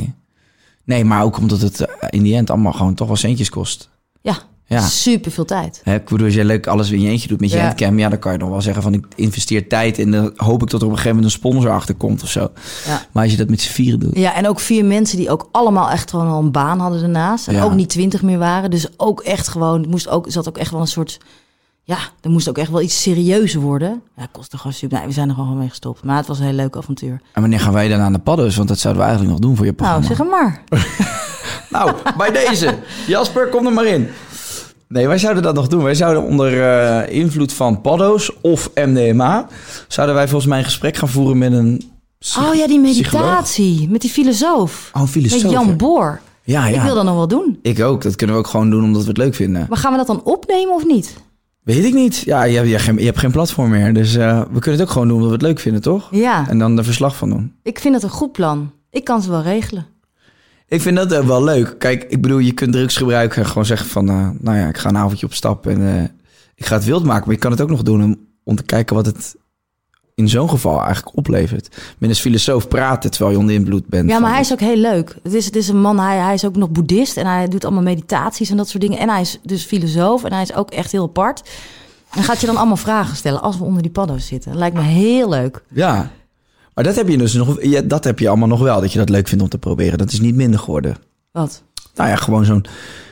Nee, maar ook omdat het in die end allemaal gewoon toch wel centjes kost. Ja, super veel tijd. Ik bedoel, als jij leuk alles in je eentje doet met je handcam, dan kan je nog wel zeggen van ik investeer tijd en dan hoop ik dat er op een gegeven moment een sponsor achter komt of zo. Ja. Maar als je dat met z'n 4 doet. Ja, en ook 4 mensen die ook allemaal echt gewoon al een baan hadden daarnaast. En ook niet 20 meer waren. Dus ook echt gewoon, zat ook echt wel een soort, er moest ook echt wel iets serieuzer worden. Ja, kostte gewoon super. Nee, we zijn er gewoon mee gestopt. Maar het was een heel leuk avontuur. En wanneer gaan wij dan aan de paddo's? Want dat zouden we eigenlijk nog doen voor je programma. Nou, zeg maar. Nou, bij deze. Jasper, kom er maar in. Nee, wij zouden dat nog doen. Wij zouden onder invloed van paddo's of MDMA... zouden wij volgens mij een gesprek gaan voeren met een die meditatie. Psycholoog. Met die filosoof. Oh, filosoof. Met Jan Boor. Ja. Ik wil dat nog wel doen. Ik ook. Dat kunnen we ook gewoon doen omdat we het leuk vinden. Maar gaan we dat dan opnemen of niet? Weet ik niet. Ja, je hebt geen platform meer. Dus we kunnen het ook gewoon doen omdat we het leuk vinden, toch? Ja. En dan er verslag van doen. Ik vind het een goed plan. Ik kan ze wel regelen. Ik vind dat wel leuk. Kijk, ik bedoel, je kunt drugs gebruiken en gewoon zeggen van... ik ga een avondje op stap en ik ga het wild maken. Maar je kan het ook nog doen om te kijken wat het in zo'n geval eigenlijk oplevert. Met een filosoof praten terwijl je onder invloed bent. Ja, maar hij is ook heel leuk. Het is een man, hij is ook nog boeddhist en hij doet allemaal meditaties en dat soort dingen. En hij is dus filosoof en hij is ook echt heel apart. En gaat je dan allemaal vragen stellen als we onder die paddo's zitten. Dat lijkt me heel leuk. Ja. Maar dat heb je dus nog. Ja, dat heb je allemaal nog wel. Dat je dat leuk vindt om te proberen. Dat is niet minder geworden. Wat? Nou ja, gewoon zo'n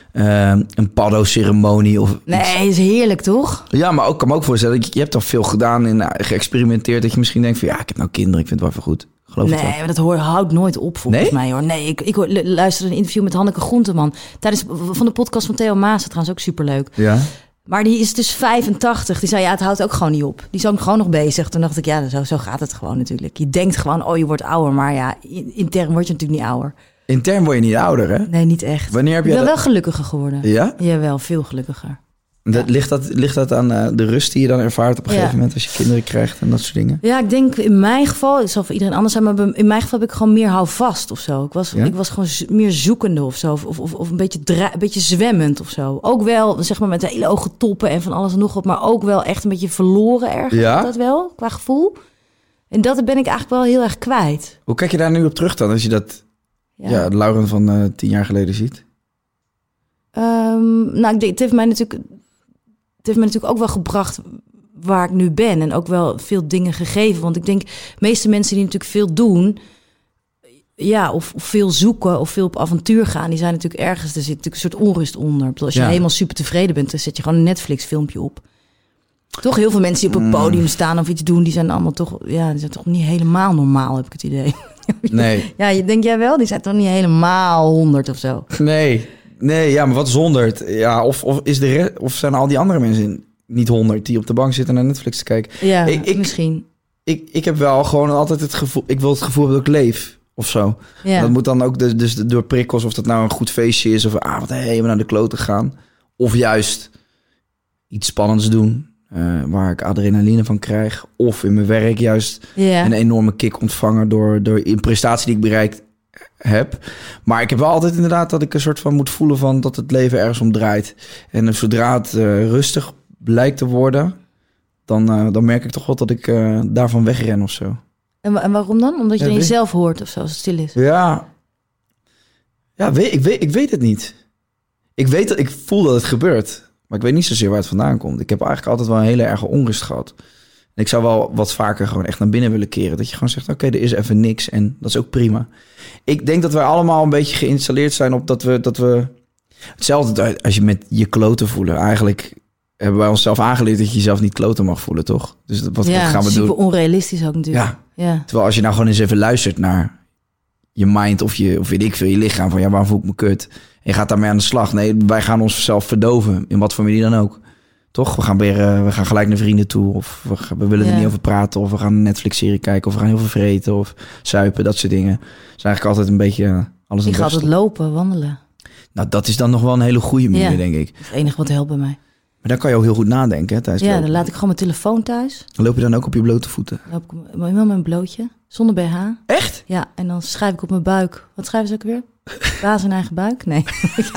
een paddo-ceremonie of. Nee, is heerlijk toch? Ja, maar ik kan me ook voorstellen. Je hebt toch veel gedaan en geëxperimenteerd. Dat je misschien denkt van ik heb nou kinderen. Ik vind het wel even goed. Geloof het wel. Nee, maar dat houdt nooit op volgens mij hoor. Nee, ik luisterde een interview met Hanneke Groenteman. Tijdens van de podcast van Theo Maas. Trouwens ook superleuk. Ja. Maar die is dus 85. Die zei, het houdt ook gewoon niet op. Die is ook gewoon nog bezig. Toen dacht ik, zo gaat het gewoon natuurlijk. Je denkt gewoon, je wordt ouder. Maar intern word je natuurlijk niet ouder. Intern word je niet ouder, hè? Nee, niet echt. Wanneer heb je ik ben wel gelukkiger geworden. Ja? Jawel, veel gelukkiger. Ligt dat aan de rust die je dan ervaart op een gegeven moment... als je kinderen krijgt en dat soort dingen? Ja, ik denk in mijn geval... het zal voor iedereen anders zijn... maar in mijn geval heb ik gewoon meer houvast of zo. Ik was gewoon meer zoekende of zo. Of een beetje zwemmend of zo. Ook wel, zeg maar, met de hele ogen toppen en van alles en nog wat... maar ook wel echt een beetje verloren ergens. Ja? Dat wel, qua gevoel. En dat ben ik eigenlijk wel heel erg kwijt. Hoe kijk je daar nu op terug dan? Als je dat Lauren van 10 jaar geleden ziet? Het heeft mij natuurlijk ook wel gebracht waar ik nu ben. En ook wel veel dingen gegeven. Want ik denk, de meeste mensen die natuurlijk veel doen... of veel zoeken of veel op avontuur gaan... die zijn natuurlijk ergens... er zit natuurlijk een soort onrust onder. Als je helemaal super tevreden bent... dan zet je gewoon een Netflix-filmpje op. Toch heel veel mensen die op een podium staan of iets doen, die zijn allemaal toch, ja, die zijn toch niet helemaal normaal, heb ik het idee. Nee. Ja, denk jij wel? Die zijn toch niet helemaal 100 of zo? Nee, ja, maar wat is 100? Ja, of zijn al die andere mensen niet 100 die op de bank zitten naar Netflix te kijken? Ja, misschien. Ik heb wel gewoon altijd het gevoel, ik wil het gevoel dat ik leef of zo. Ja. Dat moet dan ook dus door prikkels, of dat nou een goed feestje is, of wat helemaal naar de kloten gaan. Of juist iets spannends doen, waar ik adrenaline van krijg. Of in mijn werk juist een enorme kick ontvangen door een prestatie die ik bereikt heb. Maar ik heb wel altijd inderdaad dat ik een soort van moet voelen van dat het leven ergens om draait. En zodra het rustig blijkt te worden, dan merk ik toch wel dat ik daarvan wegren of zo. En waarom dan? Omdat je in jezelf hoort of zo, als het stil is? Ja, ik weet het niet. Ik voel dat het gebeurt, maar ik weet niet zozeer waar het vandaan komt. Ik heb eigenlijk altijd wel een hele erge onrust gehad. En ik zou wel wat vaker gewoon echt naar binnen willen keren. Dat je gewoon zegt, oké, er is even niks en dat is ook prima. Ik denk dat wij allemaal een beetje geïnstalleerd zijn op dat we hetzelfde als je met je kloten voelen. Eigenlijk hebben wij onszelf aangeleerd dat je jezelf niet kloten mag voelen, toch? Dus wat gaan we doen? Super onrealistisch ook natuurlijk. Ja. Terwijl als je nou gewoon eens even luistert naar je mind of weet ik veel, je lichaam van waarom voel ik me kut? En je gaat daarmee aan de slag. Nee, wij gaan onszelf verdoven, in wat voor manier dan ook. Toch? We gaan gelijk naar vrienden toe, of we willen er niet over praten, of we gaan een Netflix-serie kijken, of we gaan heel veel vreten of zuipen, dat soort dingen. Dat is eigenlijk altijd een beetje alles. Ik ga altijd lopen, wandelen. Nou, dat is dan nog wel een hele goede manier, denk ik. Dat is het enige wat helpt bij mij. Maar dan kan je ook heel goed nadenken, hè, tijdens het lopen. Dan laat ik gewoon mijn telefoon thuis. Dan loop je dan ook op je blote voeten? Dan loop ik wel met mijn blootje, zonder BH. Echt? Ja, en dan schrijf ik op mijn buik. Wat schrijven ze ook weer? Baas in eigen buik? Nee.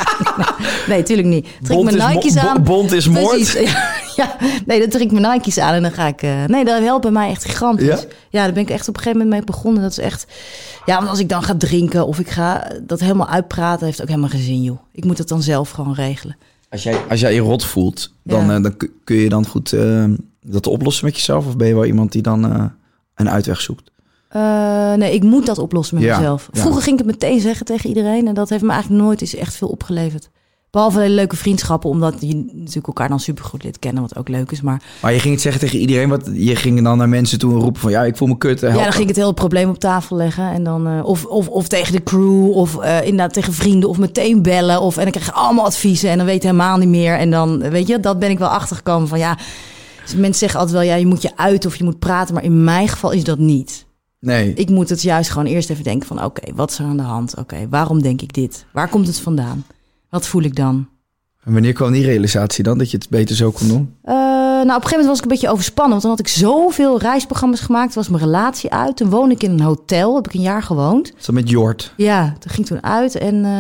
Nee, tuurlijk niet. Trek mijn Nike's aan. Bond is moord. Nee, dan trek ik mijn Nike's aan en dan ga ik... Nee, dat helpt bij mij echt gigantisch. Ja, daar ben ik echt op een gegeven moment mee begonnen. Dat is echt... Ja, want als ik dan ga drinken of ik ga dat helemaal uitpraten, heeft ook helemaal geen zin, joh. Ik moet het dan zelf gewoon regelen. Als jij je rot voelt, dan kun je dan goed dat oplossen met jezelf? Of ben je wel iemand die dan een uitweg zoekt? Nee, ik moet dat oplossen met mezelf. Vroeger ging ik het meteen zeggen tegen iedereen. En dat heeft me eigenlijk nooit eens echt veel opgeleverd. Behalve hele leuke vriendschappen, omdat je natuurlijk elkaar dan supergoed leert kennen, wat ook leuk is. Maar je ging het zeggen tegen iedereen, je ging dan naar mensen toe roepen van ik voel me kut. Ja, dan ging ik het hele probleem op tafel leggen. En dan, of tegen de crew, of inderdaad tegen vrienden, of meteen bellen. En dan krijg je allemaal adviezen en dan weet je helemaal niet meer. En dan, weet je, dat ben ik wel achtergekomen van dus mensen zeggen altijd wel, je moet je uiten of je moet praten. Maar in mijn geval is dat niet. Nee. Ik moet het juist gewoon eerst even denken van oké, wat is er aan de hand? Oké, waarom denk ik dit? Waar komt het vandaan? Wat voel ik dan? En wanneer kwam die realisatie dan, dat je het beter zo kon doen? Op een gegeven moment was ik een beetje overspannen. Want dan had ik zoveel reisprogramma's gemaakt. Toen was mijn relatie uit. Toen woonde ik in een hotel. Heb ik een jaar gewoond. Zo met Jort? Ja, dat ging toen uit.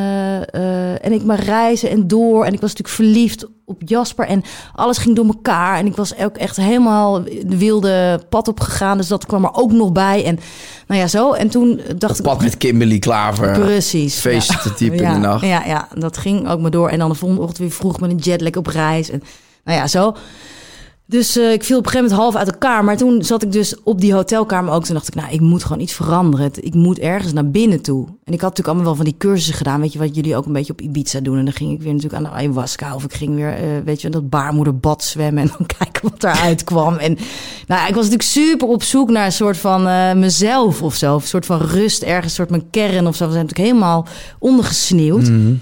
En ik maar reizen en door. En ik was natuurlijk verliefd op Jasper. En alles ging door elkaar. En ik was ook echt helemaal de wilde pad op gegaan. Dus dat kwam er ook nog bij. En nou ja, zo. En toen dacht ik... pad met Kimberly Klaver. Precies. Feest te typen in de nacht. Ja, dat ging ook maar door. En dan de volgende ochtend weer vroeg met een jetlag op reis. En nou ja, zo. Dus ik viel op een gegeven moment half uit elkaar. Maar toen zat ik dus op die hotelkamer ook. Toen dacht ik, ik moet gewoon iets veranderen. Ik moet ergens naar binnen toe. En ik had natuurlijk allemaal wel van die cursussen gedaan. Weet je, wat jullie ook een beetje op Ibiza doen. En dan ging ik weer natuurlijk aan de ayahuasca. Of ik ging weer, weet je, dat baarmoederbad zwemmen. En dan kijken wat eruit kwam. En ik was natuurlijk super op zoek naar een soort van mezelf of zo. Of een soort van rust ergens, een soort mijn kern of zo. We zijn natuurlijk helemaal ondergesneeuwd. Mm-hmm.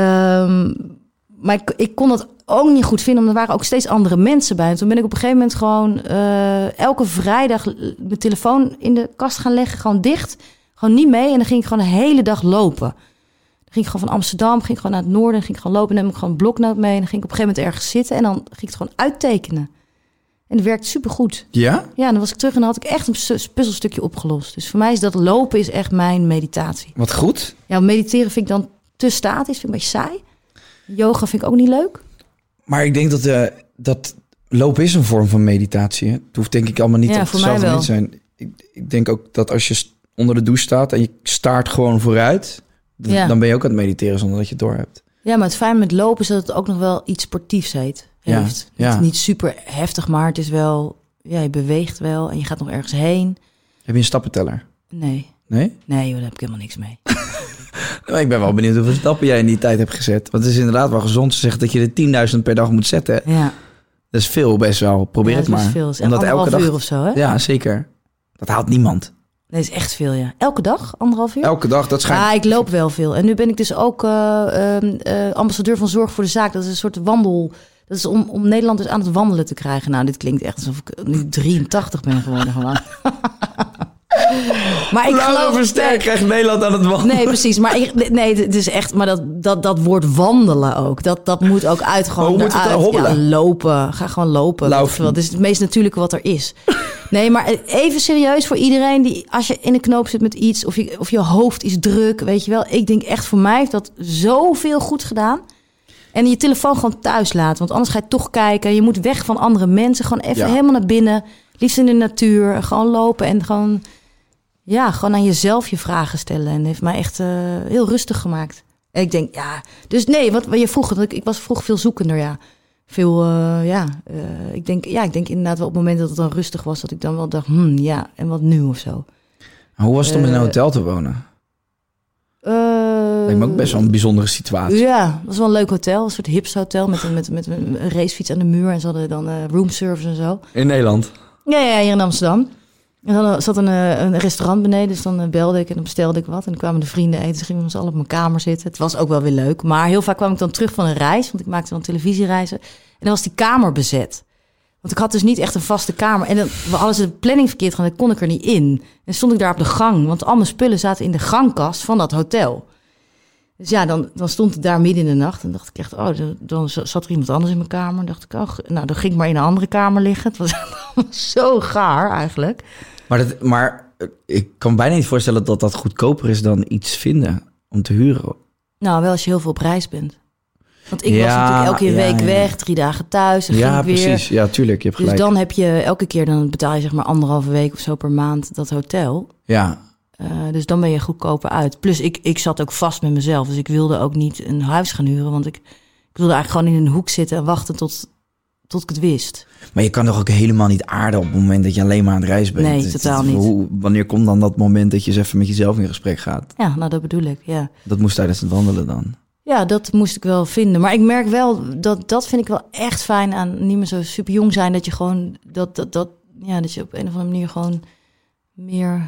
Maar ik kon dat ook niet goed vinden, omdat er waren ook steeds andere mensen bij. En toen ben ik op een gegeven moment gewoon elke vrijdag mijn telefoon in de kast gaan leggen, gewoon dicht, gewoon niet mee. En dan ging ik gewoon de hele dag lopen. Dan ging ik gewoon van Amsterdam, ging ik gewoon naar het noorden, ging ik gewoon lopen, dan nam ik gewoon een bloknoot mee. En dan ging ik op een gegeven moment ergens zitten en dan ging ik het gewoon uittekenen. En dat werkte supergoed. Ja? Ja, en dan was ik terug en dan had ik echt een puzzelstukje opgelost. Dus voor mij is dat lopen is echt mijn meditatie. Wat goed. Ja, mediteren vind ik dan te statisch, vind ik een beetje saai. Yoga vind ik ook niet leuk. Maar ik denk dat lopen is een vorm van meditatie. Hè? Het hoeft denk ik allemaal niet op hetzelfde te zijn. Ik denk ook dat als je onder de douche staat en je staart gewoon vooruit, dan ben je ook aan het mediteren zonder dat je het door hebt. Ja, maar het fijn met lopen is dat het ook nog wel iets sportiefs heeft. Ja. Het is niet super heftig, maar het is wel, je beweegt wel en je gaat nog ergens heen. Heb je een stappenteller? Nee. Nee? Nee, joh, daar heb ik helemaal niks mee. Ik ben wel benieuwd hoeveel stappen jij in die tijd hebt gezet. Want het is inderdaad wel gezond te zeggen dat je er 10.000 per dag moet zetten. Ja. Dat is veel best wel. Probeer het maar. Dat is veel. Dat is omdat elke dag uur of zo, hè? Ja, zeker. Dat haalt niemand. Nee, dat is echt veel, ja. Elke dag? 1,5 uur? Elke dag, dat schijnt. Ja, ik loop wel veel. En nu ben ik dus ook ambassadeur van Zorg voor de Zaak. Dat is een soort wandel... Dat is om Nederland dus aan het wandelen te krijgen. Nou, dit klinkt echt alsof ik nu 83 ben geworden gewoon. Maar ik geloof... Versterk krijgt Nederland aan het wandelen. Nee, precies. Maar het is echt... Maar dat woord wandelen ook. Dat moet ook uit gewoon hoe moet het dan hobbelen? Ja, lopen. Ga gewoon lopen. Dat is het meest natuurlijke wat er is. Nee, maar even serieus voor iedereen die... Als je in de knoop zit met iets... Of je hoofd is druk, weet je wel. Ik denk echt voor mij heeft dat zoveel goed gedaan. En je telefoon gewoon thuis laten. Want anders ga je toch kijken. Je moet weg van andere mensen. Gewoon even helemaal naar binnen. Liefst in de natuur. Gewoon lopen en gewoon... Ja, gewoon aan jezelf je vragen stellen. En dat heeft mij echt heel rustig gemaakt. En ik denk, dus nee, wat je vroeg, ik was vroeg veel zoekender, ja. Veel, ik denk inderdaad wel op het moment dat het dan rustig was, dat ik dan wel dacht, en wat nu of zo. Hoe was het om in een hotel te wonen? Lijkt me ook best wel een bijzondere situatie. Ja, dat was wel een leuk hotel, een soort hipshotel met een racefiets aan de muur. En ze hadden dan roomservice en zo. In Nederland? Ja, hier in Amsterdam. En dan zat een restaurant beneden, dus dan belde ik en dan bestelde ik wat. En dan kwamen de vrienden eten, dus gingen we ons alle op mijn kamer zitten. Het was ook wel weer leuk, maar heel vaak kwam ik dan terug van een reis, want ik maakte dan televisiereizen. En dan was die kamer bezet. Want ik had dus niet echt een vaste kamer. En dan hadden ze de planning verkeerd gedaan, dan kon ik er niet in. En stond ik daar op de gang, want al mijn spullen zaten in de gangkast van dat hotel. Dus ja, dan stond ik daar midden in de nacht en dacht ik echt, dan zat er iemand anders in mijn kamer. En dacht ik, dan ging ik maar in een andere kamer liggen. Het was zo gaar eigenlijk. Maar ik kan bijna niet voorstellen dat dat goedkoper is dan iets vinden om te huren. Nou, wel als je heel veel op reis bent. Want ik was natuurlijk elke week weg, 3 dagen thuis. En ging ik weer. Precies. Ja, tuurlijk. Je hebt gelijk. Dus dan heb je elke keer, dan betaal je zeg maar 1,5 week of zo per maand dat hotel. Ja. Dus dan ben je goedkoper uit. Plus ik zat ook vast met mezelf. Dus ik wilde ook niet een huis gaan huren. Want ik wilde eigenlijk gewoon in een hoek zitten en wachten tot ik het wist. Maar je kan toch ook helemaal niet aarden op het moment dat je alleen maar aan het reis bent? Nee, totaal niet. Wanneer komt dan dat moment dat je eens even met jezelf in gesprek gaat? Ja, nou dat bedoel ik, ja. Dat moest tijdens het wandelen dan? Ja, dat moest ik wel vinden. Maar ik merk wel, dat vind ik wel echt fijn aan niet meer zo super jong zijn. Dat je gewoon, dat je op een of andere manier gewoon meer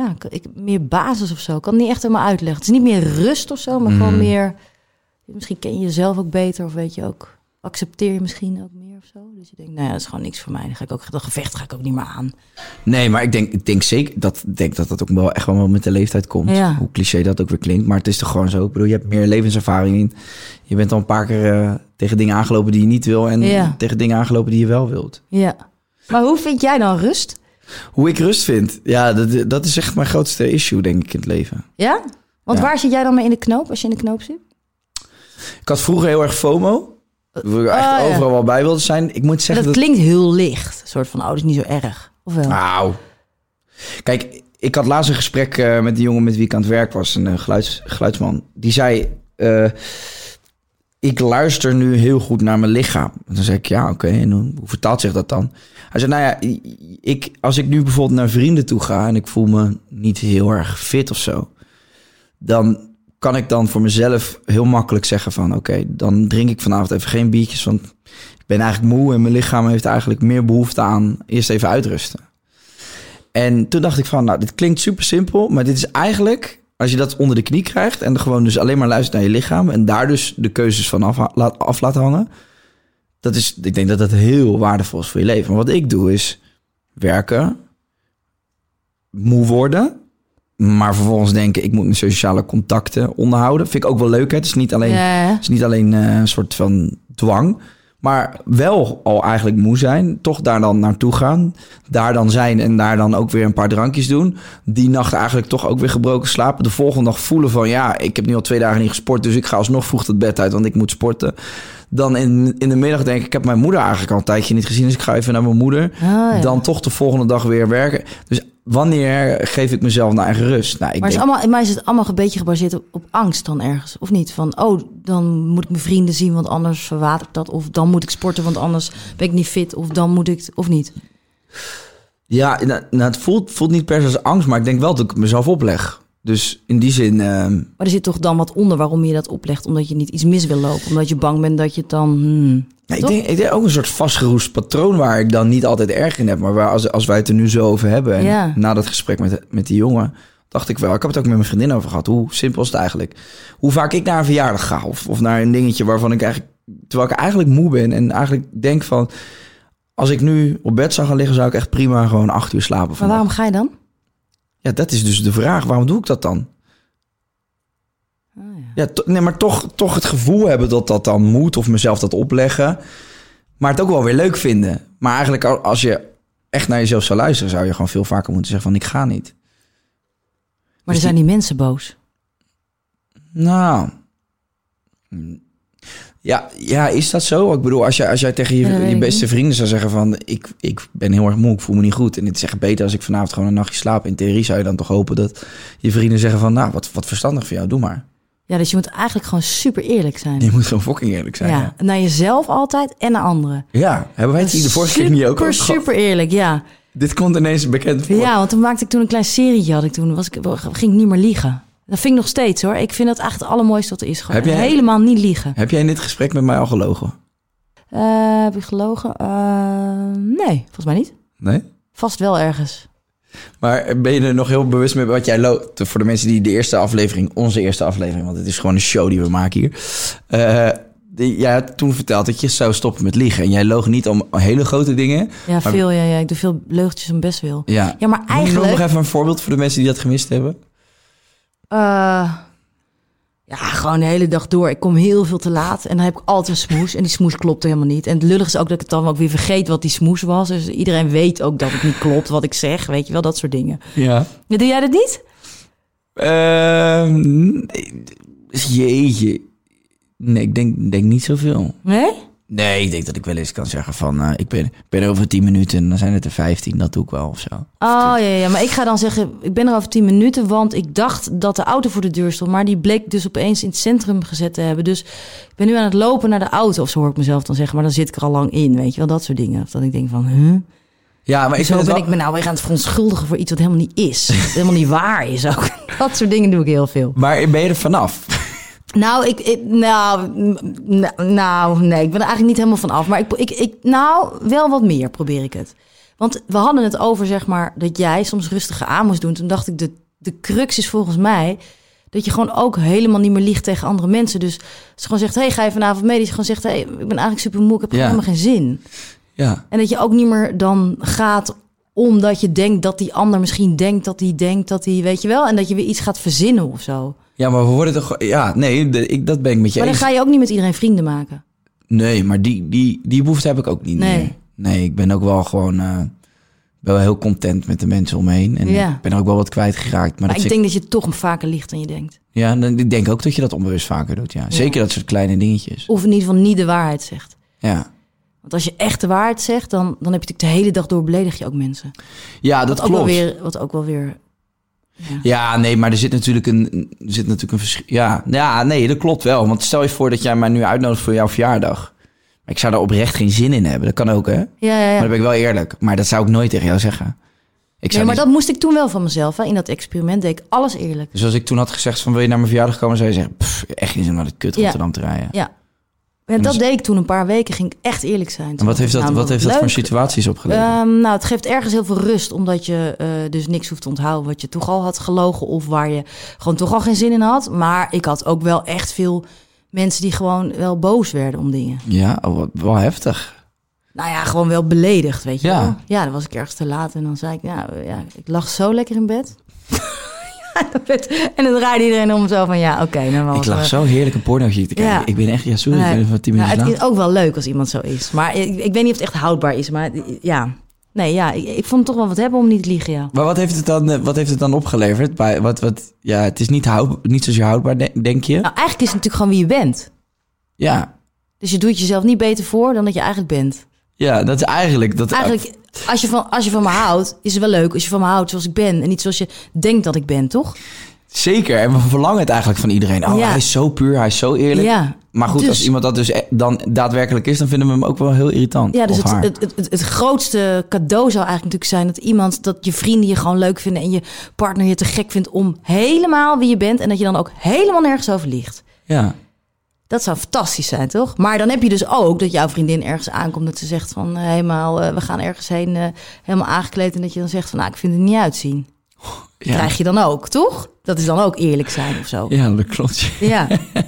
basis of zo. Ik kan het niet echt helemaal uitleggen. Het is niet meer rust of zo, maar gewoon meer... Misschien ken je jezelf ook beter of weet je ook... Accepteer je misschien ook meer of zo. Dus je denkt, nou ja, dat is gewoon niks voor mij. Dat gevecht ga ik ook niet meer aan. Nee, maar ik denk zeker dat dat ook wel echt wel met de leeftijd komt. Ja. Hoe cliché dat ook weer klinkt. Maar het is toch gewoon zo. Ik bedoel, je hebt meer levenservaring in. Je bent al een paar keer tegen dingen aangelopen die je niet wil. En tegen dingen aangelopen die je wel wilt. Ja. Maar hoe vind jij dan rust? Hoe ik rust vind? Ja, dat is echt mijn grootste issue, denk ik, in het leven. Ja? Want waar zit jij dan mee in de knoop, als je in de knoop zit? Ik had vroeger heel erg FOMO. Dat ik echt overal wel bij wilde zijn. Ik moet zeggen dat klinkt heel licht. Een soort van, dat is niet zo erg. Of wel? Nou, kijk, ik had laatst een gesprek met die jongen met wie ik aan het werk was. Een geluidsman. Die zei, ik luister nu heel goed naar mijn lichaam. En dan zei ik, ja, oké. En hoe vertaalt zich dat dan? Hij zei, nou ja, als ik nu bijvoorbeeld naar vrienden toe ga... en ik voel me niet heel erg fit of zo... dan kan ik dan voor mezelf heel makkelijk zeggen van... oké, dan drink ik vanavond even geen biertjes... want ik ben eigenlijk moe en mijn lichaam heeft eigenlijk meer behoefte aan... eerst even uitrusten. En toen dacht ik van, nou, dit klinkt super simpel... maar dit is eigenlijk, als je dat onder de knie krijgt... en gewoon dus alleen maar luistert naar je lichaam... en daar dus de keuzes van af laat hangen... ik denk dat dat heel waardevol is voor je leven. Maar wat ik doe is werken, moe worden... maar vervolgens denken, ik moet mijn sociale contacten onderhouden. Vind ik ook wel leuk, hè? Het is niet alleen een soort van dwang. Maar wel al eigenlijk moe zijn. Toch daar dan naartoe gaan. Daar dan zijn en daar dan ook weer een paar drankjes doen. Die nacht eigenlijk toch ook weer gebroken slapen. De volgende dag voelen van, ja, ik heb nu al 2 dagen niet gesport... dus ik ga alsnog vroeg het bed uit, want ik moet sporten. Dan in de middag denk ik heb mijn moeder eigenlijk al een tijdje niet gezien... dus ik ga even naar mijn moeder. Dan toch de volgende dag weer werken. Dus wanneer geef ik mezelf nou eigen rust? Nou, maar is het allemaal een beetje gebaseerd op angst dan ergens? Of niet? Van, dan moet ik mijn vrienden zien, want anders verwatert dat. Of dan moet ik sporten, want anders ben ik niet fit. Of dan moet ik, of niet? Ja, het voelt niet per se als angst, maar ik denk wel dat ik het mezelf opleg. Dus in die zin... Maar er zit toch dan wat onder waarom je dat oplegt? Omdat je niet iets mis wil lopen? Omdat je bang bent dat je het dan... Nee, ik denk ook een soort vastgeroest patroon waar ik dan niet altijd erg in heb. Maar waar als wij het er nu zo over hebben. En na dat gesprek met die jongen dacht ik wel. Ik heb het ook met mijn vriendin over gehad. Hoe simpel is het eigenlijk? Hoe vaak ik naar een verjaardag ga. Of naar een dingetje waarvan ik eigenlijk... Terwijl ik eigenlijk moe ben. En eigenlijk denk van... Als ik nu op bed zou gaan liggen... zou ik echt prima gewoon 8 uur slapen. Maar waarom ga je dan? Ja, dat is dus de vraag. Waarom doe ik dat dan? Maar toch het gevoel hebben dat dat dan moet... of mezelf dat opleggen... maar het ook wel weer leuk vinden. Maar eigenlijk als je echt naar jezelf zou luisteren... zou je gewoon veel vaker moeten zeggen van... ik ga niet. Maar dus zijn die mensen boos? Nou... Ja, is dat zo? Ik bedoel, als jij tegen je beste vrienden zou zeggen van... Ik ben heel erg moe, ik voel me niet goed... en het is echt beter als ik vanavond gewoon een nachtje slaap... in theorie zou je dan toch hopen dat je vrienden zeggen van... nou, wat verstandig voor jou, doe maar. Ja, dus je moet eigenlijk gewoon super eerlijk zijn. Je moet gewoon fucking eerlijk zijn, ja. Naar jezelf altijd en naar anderen. Ja, hebben wij het hier de vorige keer niet ook al? Super eerlijk, ja. Dit komt ineens bekend voor. Ja, want toen maakte ik een klein serietje. Ging ik niet meer liegen. Dat vind ik nog steeds, hoor. Ik vind dat echt het allermooiste wat er is. Gewoon helemaal niet liegen. Heb jij in dit gesprek met mij al gelogen? Heb ik gelogen? Nee, volgens mij niet. Nee? Vast wel ergens. Maar ben je er nog heel bewust mee wat jij loogt? Voor de mensen die de eerste aflevering, onze eerste aflevering... want het is gewoon een show die we maken hier... jij had toen verteld dat je zou stoppen met liegen. En jij loog niet om hele grote dingen. Ja, maar... veel. Ja. Ik doe veel leugentjes om best wil. Ja, maar eigenlijk... Noem nog even een voorbeeld voor de mensen die dat gemist hebben. Gewoon de hele dag door. Ik kom heel veel te laat en dan heb ik altijd een smoes. En die smoes klopt helemaal niet. En het lullige is ook dat ik het dan ook weer vergeet wat die smoes was. Dus iedereen weet ook dat het niet klopt wat ik zeg. Weet je wel, dat soort dingen. Ja. Doe jij dat niet? Jeetje. Nee, ik denk niet zoveel. Nee? Nee, ik denk dat ik wel eens kan zeggen van... ik ben er over 10 minuten en dan zijn het er 15. Dat doe ik wel of zo. Oh ja, maar ik ga dan zeggen... ik ben er over 10 minuten, want ik dacht dat de auto voor de deur stond... maar die bleek dus opeens in het centrum gezet te hebben. Dus ik ben nu aan het lopen naar de auto... of zo hoor ik mezelf dan zeggen, maar dan zit ik er al lang in. Weet je wel, dat soort dingen. Of dat ik denk van... Ja, maar ik me nou weer aan het verontschuldigen voor iets wat helemaal niet is. Wat helemaal niet waar is ook. Dat soort dingen doe ik heel veel. Maar ben je er vanaf? Nou, nee, ik ben er eigenlijk niet helemaal van af. Maar wel wat meer probeer ik het. Want we hadden het over, zeg maar, dat jij soms rustiger aan moest doen. Toen dacht ik, de crux is volgens mij... dat je gewoon ook helemaal niet meer liegt tegen andere mensen. Dus als je gewoon zegt, hey, ga je vanavond mee? Dat je gewoon zegt, hey, ik ben eigenlijk super moe, ik heb helemaal geen zin. Ja. En dat je ook niet meer dan gaat... omdat je denkt dat die ander misschien denkt dat hij, weet je wel... en dat je weer iets gaat verzinnen of zo. Ja, maar we worden toch... Ja, nee, dat ben ik met je eens. Maar dan ga je ook niet met iedereen vrienden maken. Nee, maar die behoefte heb ik ook niet meer. Nee, ik ben ook wel gewoon... ben wel heel content met de mensen om me heen. En ik ben er ook wel wat kwijtgeraakt. Maar ik denk dat je toch vaker liegt dan je denkt. Ja, ik denk ook dat je dat onbewust vaker doet, ja. Zeker dat soort kleine dingetjes. Of in ieder geval niet de waarheid zegt. Ja. Want als je echt de waarheid zegt, dan heb je natuurlijk de hele dag door beledig je ook mensen. Ja, dat klopt. Wat ook wel weer... Ja, nee, maar er zit natuurlijk een verschil. Ja, nee, dat klopt wel. Want stel je voor dat jij mij nu uitnodigt voor jouw verjaardag. Maar ik zou daar oprecht geen zin in hebben. Dat kan ook, hè? Ja. Maar dan ben ik wel eerlijk. Maar dat zou ik nooit tegen jou zeggen. Maar dat moest ik toen wel van mezelf. Hè? In dat experiment deed ik alles eerlijk. Dus als ik toen had gezegd van wil je naar mijn verjaardag komen, zou je zeggen, echt niet zo naar de kut Rotterdam te rijden. Ja. En dat deed ik toen een paar weken, ging ik echt eerlijk zijn. En wat heeft dat voor situaties opgeleverd? Het geeft ergens heel veel rust, omdat je dus niks hoeft te onthouden wat je toch al had gelogen of waar je gewoon toch al geen zin in had. Maar ik had ook wel echt veel mensen die gewoon wel boos werden om dingen. Ja, wel heftig. Nou ja, gewoon wel beledigd, weet je wel. Ja, dan was ik ergens te laat en dan zei ik, ik lag zo lekker in bed. En dan draaide iedereen om zo van, ik lag zo heerlijk een pornootje te kijken. Ja. Ik ben echt, ik ben van 10 minuten het is ook wel leuk als iemand zo is. Maar ik weet niet of het echt houdbaar is. Maar ik vond het toch wel wat hebben om niet te liegen, ja. Maar wat heeft het dan opgeleverd? Het is niet zozeer houdbaar, denk je? Nou, eigenlijk is het natuurlijk gewoon wie je bent. Ja. Dus je doet jezelf niet beter voor dan dat je eigenlijk bent. Ja, dat is eigenlijk... Als je van me houdt, is het wel leuk als je van me houdt zoals ik ben. En niet zoals je denkt dat ik ben, toch? Zeker. En we verlangen het eigenlijk van iedereen. Hij is zo puur, hij is zo eerlijk. Ja. Maar goed, als iemand dat dus dan daadwerkelijk is, dan vinden we hem ook wel heel irritant. Ja, dus het grootste cadeau zou eigenlijk natuurlijk zijn dat je vrienden je gewoon leuk vinden en je partner je te gek vindt om helemaal wie je bent en dat je dan ook helemaal nergens over liegt. Ja. Dat zou fantastisch zijn, toch? Maar dan heb je dus ook dat jouw vriendin ergens aankomt... dat ze zegt van we gaan ergens heen helemaal aangekleed... en dat je dan zegt van ik vind het niet uitzien. Ja. Krijg je dan ook, toch? Dat is dan ook eerlijk zijn of zo. Ja, dat klopt. Ja.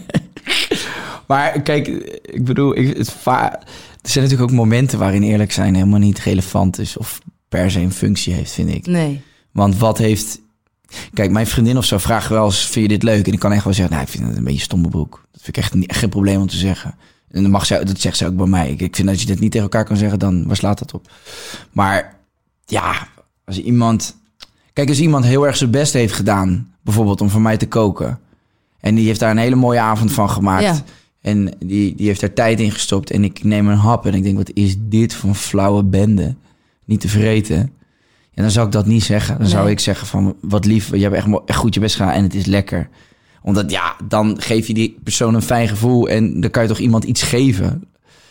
Maar kijk, ik bedoel... er zijn natuurlijk ook momenten waarin eerlijk zijn helemaal niet relevant is... of per se een functie heeft, vind ik. Nee. Want wat heeft... Kijk, mijn vriendin of zo vraagt wel eens... vind je dit leuk? En ik kan echt wel zeggen... ik vind het een beetje een stomme broek. Dat vind ik echt geen probleem om te zeggen. En dat zegt ze ook bij mij. Ik vind dat je dit niet tegen elkaar kan zeggen... dan waar slaat dat op? Maar ja, als iemand heel erg zijn best heeft gedaan... bijvoorbeeld om voor mij te koken... en die heeft daar een hele mooie avond van gemaakt... Ja. En die heeft daar tijd in gestopt... en ik neem een hap en ik denk... wat is dit voor een flauwe bende? Niet te vreten... En dan zou ik dat niet zeggen. Dan zou ik zeggen van, wat lief, je hebt echt goed je best gedaan en het is lekker. Omdat dan geef je die persoon een fijn gevoel en dan kan je toch iemand iets geven.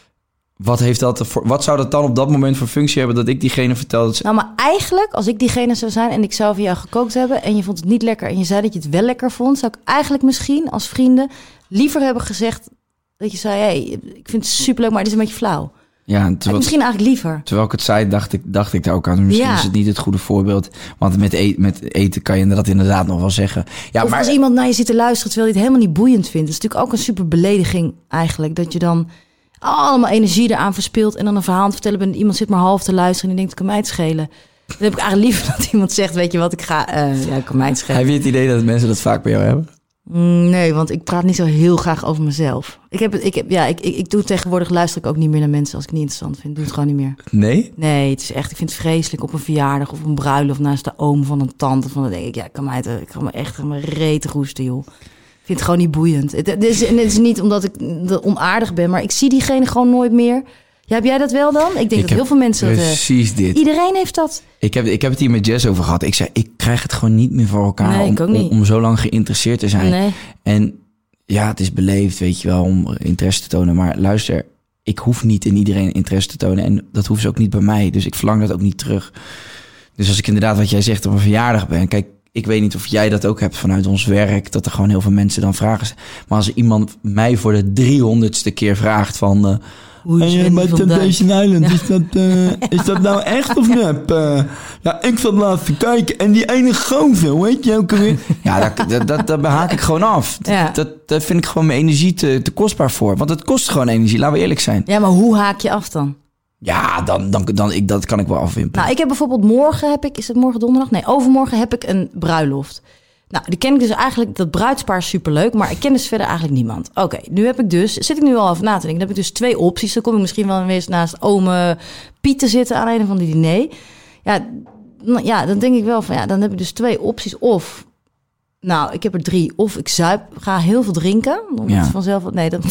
Wat zou dat dan op dat moment voor functie hebben dat ik diegene vertel? Dat Nou, maar eigenlijk, als ik diegene zou zijn en ik zou voor jou gekookt hebben en je vond het niet lekker en je zei dat je het wel lekker vond, zou ik eigenlijk misschien als vrienden liever hebben gezegd dat je zei, ik vind het superleuk, maar het is een beetje flauw. Ja, misschien eigenlijk liever. Terwijl ik het zei, dacht ik daar ook aan. Misschien is het niet het goede voorbeeld. Want met eten kan je dat inderdaad nog wel zeggen. Ja, of als iemand naar je zit te luisteren terwijl je het helemaal niet boeiend vindt. Dat is natuurlijk ook een super belediging eigenlijk. Dat je dan allemaal energie eraan verspilt en dan een verhaal te vertellen bent. Iemand zit maar half te luisteren en die denkt, kan mij het schelen. Dan heb ik eigenlijk liever dat iemand zegt, weet je wat, ik ga, kan mij het schelen. Heb je het idee dat mensen dat vaak bij jou hebben? Nee, want ik praat niet zo heel graag over mezelf. Ik doe tegenwoordig, luister ik ook niet meer naar mensen als ik het niet interessant vind. Doe het gewoon niet meer. Nee? Nee, het is echt, ik vind het vreselijk op een verjaardag of een bruiloft naast de oom van een tante. Dan denk ik, ik kan me echt mijn reet roesten, joh. Ik vind het gewoon niet boeiend. Het is niet omdat ik onaardig ben, maar ik zie diegene gewoon nooit meer. Ja, heb jij dat wel dan? Ik denk dat heel veel mensen precies dit. Iedereen heeft dat. Ik heb het hier met Jess over gehad. Ik zei, ik krijg het gewoon niet meer voor elkaar om zo lang geïnteresseerd te zijn. Nee. En ja, het is beleefd, weet je wel, om interesse te tonen. Maar luister, ik hoef niet in iedereen interesse te tonen. En dat hoeft ze ook niet bij mij. Dus ik verlang dat ook niet terug. Dus als ik inderdaad, wat jij zegt, op een verjaardag ben. Kijk, ik weet niet of jij dat ook hebt vanuit ons werk. Dat er gewoon heel veel mensen dan vragen. Maar als iemand mij voor de 300ste keer vraagt van... bij Temptation Island, is dat nou echt of nep? Ja, ik zat laatst te kijken en die ene gozer, weet je ook weer? Ja, daar haak ik gewoon af. Ja. Dat vind ik gewoon mijn energie te kostbaar voor. Want het kost gewoon energie, laten we eerlijk zijn. Ja, maar hoe haak je af dan? Ja, dat kan ik wel afwimpelen. Nou, ik heb bijvoorbeeld is het morgen donderdag? Nee, overmorgen heb ik een bruiloft. Nou, die ken ik dus eigenlijk, dat bruidspaar superleuk, maar ik ken dus verder eigenlijk niemand. Oké, zit ik nu al over na te denken. Dan heb ik dus 2 opties. Dan kom ik misschien wel eens naast ome Piet te zitten aan een van die diner. Ja, dan denk ik wel van, dan heb ik dus 2 opties. Of, nou, ik heb er 3. Of ik ga heel veel drinken. Dan het vanzelf.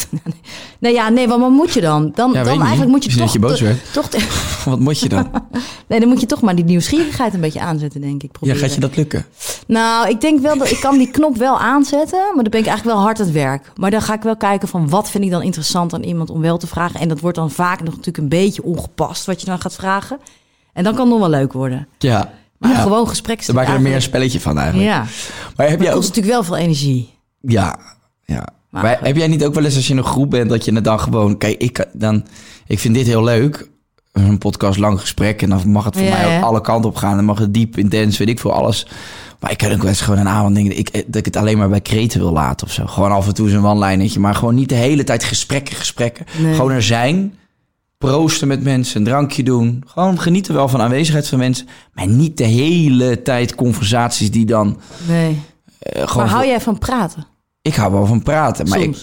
Nee, wat moet je dan? Dan eigenlijk moet je toch... Je boos werd. Wat moet je dan? Nee, dan moet je toch maar die nieuwsgierigheid een beetje aanzetten, denk ik. Ja, gaat je dat lukken? Nou, ik denk wel dat ik kan die knop wel aanzetten, maar dan ben ik eigenlijk wel hard aan het werk. Maar dan ga ik wel kijken van wat vind ik dan interessant aan iemand om wel te vragen. En dat wordt dan vaak nog natuurlijk een beetje ongepast wat je dan gaat vragen. En dan kan het nog wel leuk worden. Ja. Maar gewoon gesprek. Dan maak je er meer een spelletje van eigenlijk. Ja. Maar heb jij ook... kost natuurlijk wel veel energie. Ja. Maar heb jij niet ook wel eens als je in een groep bent dat je het dan gewoon... Kijk, ik vind dit heel leuk. Een podcast, lang gesprek. En dan mag het voor mij ook alle kanten op gaan. Dan mag het diep, intens, weet ik veel, alles. Maar ik kan ook wel eens gewoon een avond denken... dat ik het alleen maar bij kreten wil laten of zo. Gewoon af en toe zo'n one-linetje. Maar gewoon niet de hele tijd gesprekken. Nee. Gewoon er zijn... proosten met mensen, een drankje doen. Gewoon genieten wel van aanwezigheid van mensen. Maar niet de hele tijd conversaties die dan... Nee. Maar hou jij van praten? Ik hou wel van praten. Maar soms?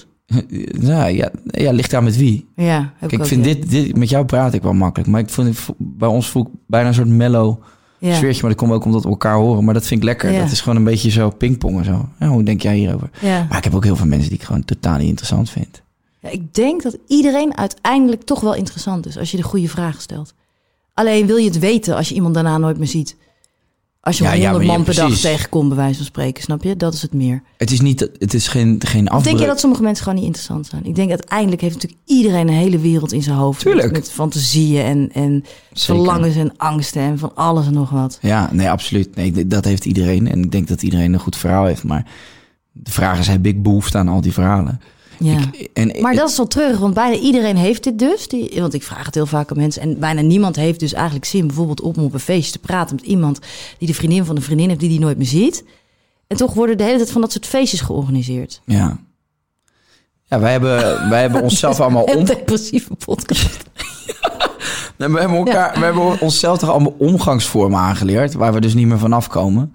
Ligt daar met wie? Ja, kijk, ik vind dit... Met jou praat ik wel makkelijk. Maar bij ons voel ik bijna een soort mellow sfeertje. Maar dat komt ook omdat we elkaar horen. Maar dat vind ik lekker. Ja. Dat is gewoon een beetje zo pingpongen zo. Ja, hoe denk jij hierover? Ja. Maar ik heb ook heel veel mensen die ik gewoon totaal niet interessant vind. Ja, ik denk dat iedereen uiteindelijk toch wel interessant is als je de goede vragen stelt. Alleen wil je het weten als je iemand daarna nooit meer ziet. Als je 100 man per dag tegenkomt, bij wijze van spreken, snap je? Dat is het meer. Het is geen afbreuk. Denk je dat sommige mensen gewoon niet interessant zijn? Ik denk uiteindelijk heeft natuurlijk iedereen een hele wereld in zijn hoofd. Tuurlijk. Met fantasieën en verlangens en angsten en van alles en nog wat. Ja, nee, absoluut. Nee, dat heeft iedereen. En ik denk dat iedereen een goed verhaal heeft. Maar de vraag is, heb ik behoefte aan al die verhalen? Ja. Maar dat is wel treurig, want bijna iedereen heeft dit dus. Want ik vraag het heel vaak aan mensen. En bijna niemand heeft dus eigenlijk zin bijvoorbeeld om op een feestje te praten met iemand die de vriendin van een vriendin heeft die nooit meer ziet. En toch worden de hele tijd van dat soort feestjes georganiseerd. Ja. Ja, wij hebben onszelf allemaal... Een depressieve podcast. Nee, we hebben onszelf toch allemaal omgangsvormen aangeleerd, waar we dus niet meer vanaf komen.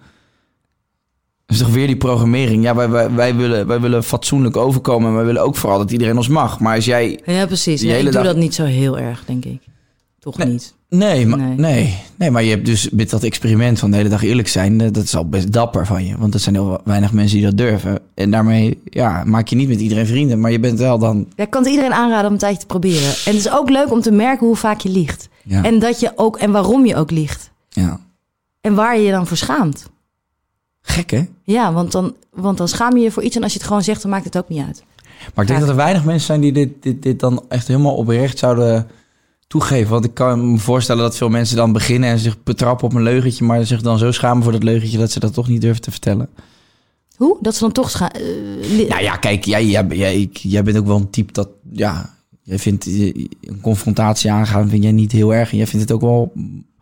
Dus toch weer die programmering. Ja, wij willen fatsoenlijk overkomen en wij willen ook vooral dat iedereen ons mag. Maar als jij... Ja, precies. Nee, ik doe dat niet zo heel erg, denk ik. Toch niet. Nee, maar je hebt dus met dat experiment van de hele dag eerlijk zijn, dat is al best dapper van je. Want er zijn heel weinig mensen die dat durven. En daarmee maak je niet met iedereen vrienden, maar je bent wel dan... Ja, ik kan het iedereen aanraden om een tijdje te proberen. En het is ook leuk om te merken hoe vaak je liegt. Ja. En dat je ook, en waarom je ook liegt. Ja. En waar je je dan voor schaamt. Gek, hè? Ja, want dan schaam je je voor iets en als je het gewoon zegt, dan maakt het ook niet uit. Maar ik denk dat er weinig mensen zijn die dit dan echt helemaal oprecht zouden toegeven. Want ik kan me voorstellen dat veel mensen dan beginnen en zich betrappen op een leugentje, maar zich dan zo schamen voor dat leugentje dat ze dat toch niet durven te vertellen. Hoe? Dat ze dan toch Nou ja, kijk, jij bent ook wel een type dat, jij vindt een confrontatie aangaan, vind jij niet heel erg. En jij vindt het ook wel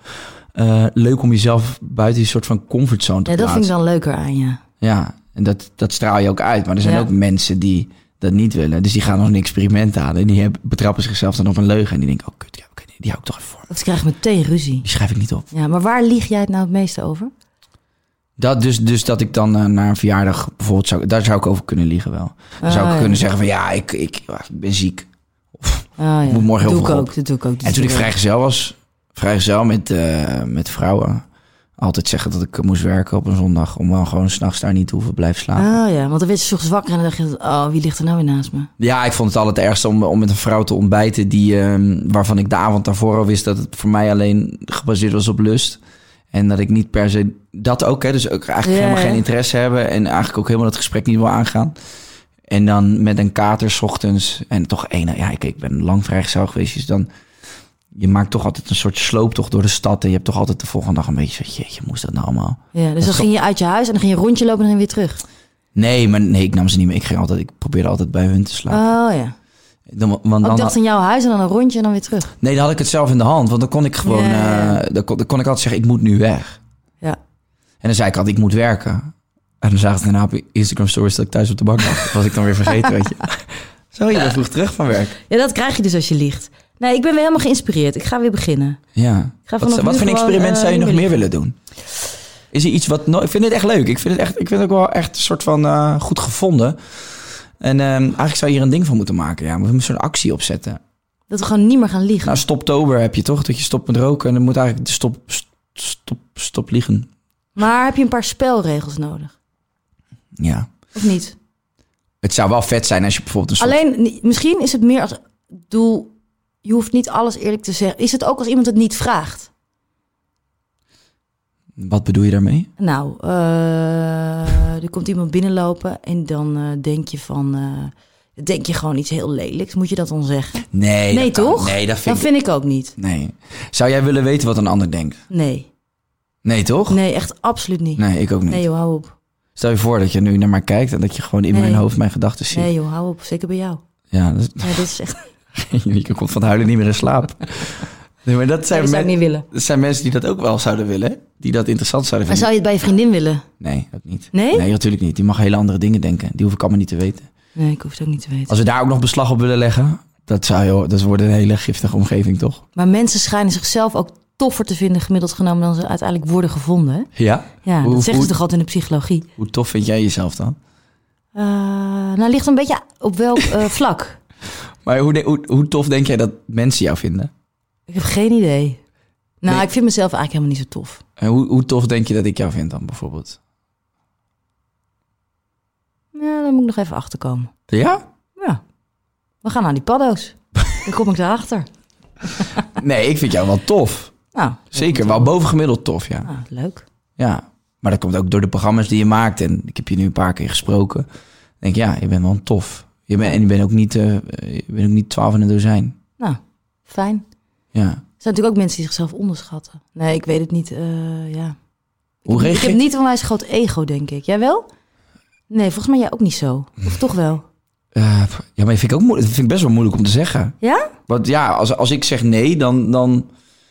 leuk om jezelf buiten die soort van comfortzone te plaatsen. Ja, dat vind ik dan leuker aan, ja. Ja, en dat straal je ook uit. Maar er zijn ook mensen die dat niet willen. Dus die gaan nog een experiment aan. En die betrappen zichzelf dan op een leugen. En die denken, kut, die hou ik toch even voor. Of krijg ik meteen ruzie. Die schrijf ik niet op. Ja, maar waar lieg jij het nou het meeste over? Dat dus dat ik dan naar een verjaardag bijvoorbeeld daar zou ik over kunnen liegen wel. Dan zou ik kunnen zeggen van ik ben ziek. Of ik moet morgen heel veel op. Dat doe ik ook. En toen ik vrijgezel met vrouwen, altijd zeggen dat ik moest werken op een zondag om wel gewoon 's nachts daar niet te hoeven blijven slapen. Oh ja, want dan werd je 's ochtends wakker en dan dacht je, wie ligt er nou weer naast me? Ja, ik vond het altijd ergste om met een vrouw te ontbijten waarvan ik de avond daarvoor al wist dat het voor mij alleen gebaseerd was op lust. En dat ik niet per se dat ook, dus ook eigenlijk helemaal geen interesse hebben en eigenlijk ook helemaal dat gesprek niet wil aangaan. En dan met een kater 's ochtends en toch ik ben lang vrijgezel geweest, dus dan je maakt toch altijd een soort slooptocht door de stad en je hebt toch altijd de volgende dag een beetje zo, jeetje, moest dat nou allemaal? Ja, dus dan ging je uit je huis en dan ging je een rondje lopen en dan weer terug. Nee, ik nam ze niet mee. Ik probeerde altijd bij hun te slapen. Oh ja. Ik dacht in jouw huis en dan een rondje en dan weer terug. Nee, dan had ik het zelf in de hand. Want dan kon ik gewoon... Dan kon ik altijd zeggen, ik moet nu weg. Ja. En dan zei ik altijd, ik moet werken. En dan zag ik daarna op Instagram stories dat ik thuis op de bank was. Dat was ik dan weer vergeten, weet je. Zo, je bent vroeg terug van werk. Ja, dat krijg je dus als je liegt. Nee, ik ben weer helemaal geïnspireerd. Ik ga weer beginnen. Ja. Wat voor een experiment zou je nog meer willen doen? Is er iets wat... ik vind het echt leuk. Ik vind het ook wel echt een soort van goed gevonden. En eigenlijk zou je hier een ding van moeten maken. Ja, we moeten zo'n actie opzetten. Dat we gewoon niet meer gaan liegen. Nou, stoptober heb je toch? Dat je stopt met roken. En dan moet eigenlijk stop liegen. Maar heb je een paar spelregels nodig? Ja. Of niet? Het zou wel vet zijn als je bijvoorbeeld Alleen, misschien is het meer als doel... Je hoeft niet alles eerlijk te zeggen. Is het ook als iemand het niet vraagt? Wat bedoel je daarmee? Nou, er komt iemand binnenlopen en dan denk je gewoon iets heel lelijks. Moet je dat dan zeggen? Nee, toch? Nee, dat vind ik ook niet. Nee. Zou jij willen weten wat een ander denkt? Nee. Nee, toch? Nee, echt absoluut niet. Nee, ik ook niet. Nee joh, hou op. Stel je voor dat je nu naar mij kijkt en dat je gewoon in mijn hoofd mijn gedachten ziet. Nee joh, hou op. Zeker bij jou. Ja, dat is echt... Je komt van het huilen niet meer in slaap. Nee, maar dat zou ik niet willen. Dat zijn mensen die dat ook wel zouden willen. Die dat interessant zouden vinden. Maar zou je het bij je vriendin willen? Nee, ook niet. Nee? Nee, natuurlijk niet. Die mag hele andere dingen denken. Die hoef ik allemaal niet te weten. Nee, ik hoef het ook niet te weten. Als we daar ook nog beslag op willen leggen, dat wordt een hele giftige omgeving, toch? Maar mensen schijnen zichzelf ook toffer te vinden gemiddeld genomen dan ze uiteindelijk worden gevonden. Hè? Ja? Ja, dat zeggen ze toch altijd in de psychologie. Hoe tof vind jij jezelf dan? Nou, ligt een beetje op welk vlak. Maar hoe tof denk jij dat mensen jou vinden? Ik heb geen idee. Nou, ik vind mezelf eigenlijk helemaal niet zo tof. En hoe tof denk je dat ik jou vind dan bijvoorbeeld? Ja, daar moet ik nog even achterkomen. Ja? Ja. We gaan naar die paddo's. Dan kom ik daarachter. Nee, ik vind jou wel tof. Nou, zeker, wel bovengemiddeld tof, ja. Ah, leuk. Ja, maar dat komt ook door de programma's die je maakt. En ik heb je nu een paar keer gesproken. Denk je bent wel tof. Je bent ook niet 12 in een dozijn. Nou, fijn. Ja. Er zijn natuurlijk ook mensen die zichzelf onderschatten. Nee, ik weet het niet. Ja. Ik heb niet een onwijs groot ego, denk ik. Jij wel? Nee, volgens mij jij ook niet zo. Of toch wel? Ja, maar dat vind ik best wel moeilijk om te zeggen. Ja? Want ja, als ik zeg nee, dan...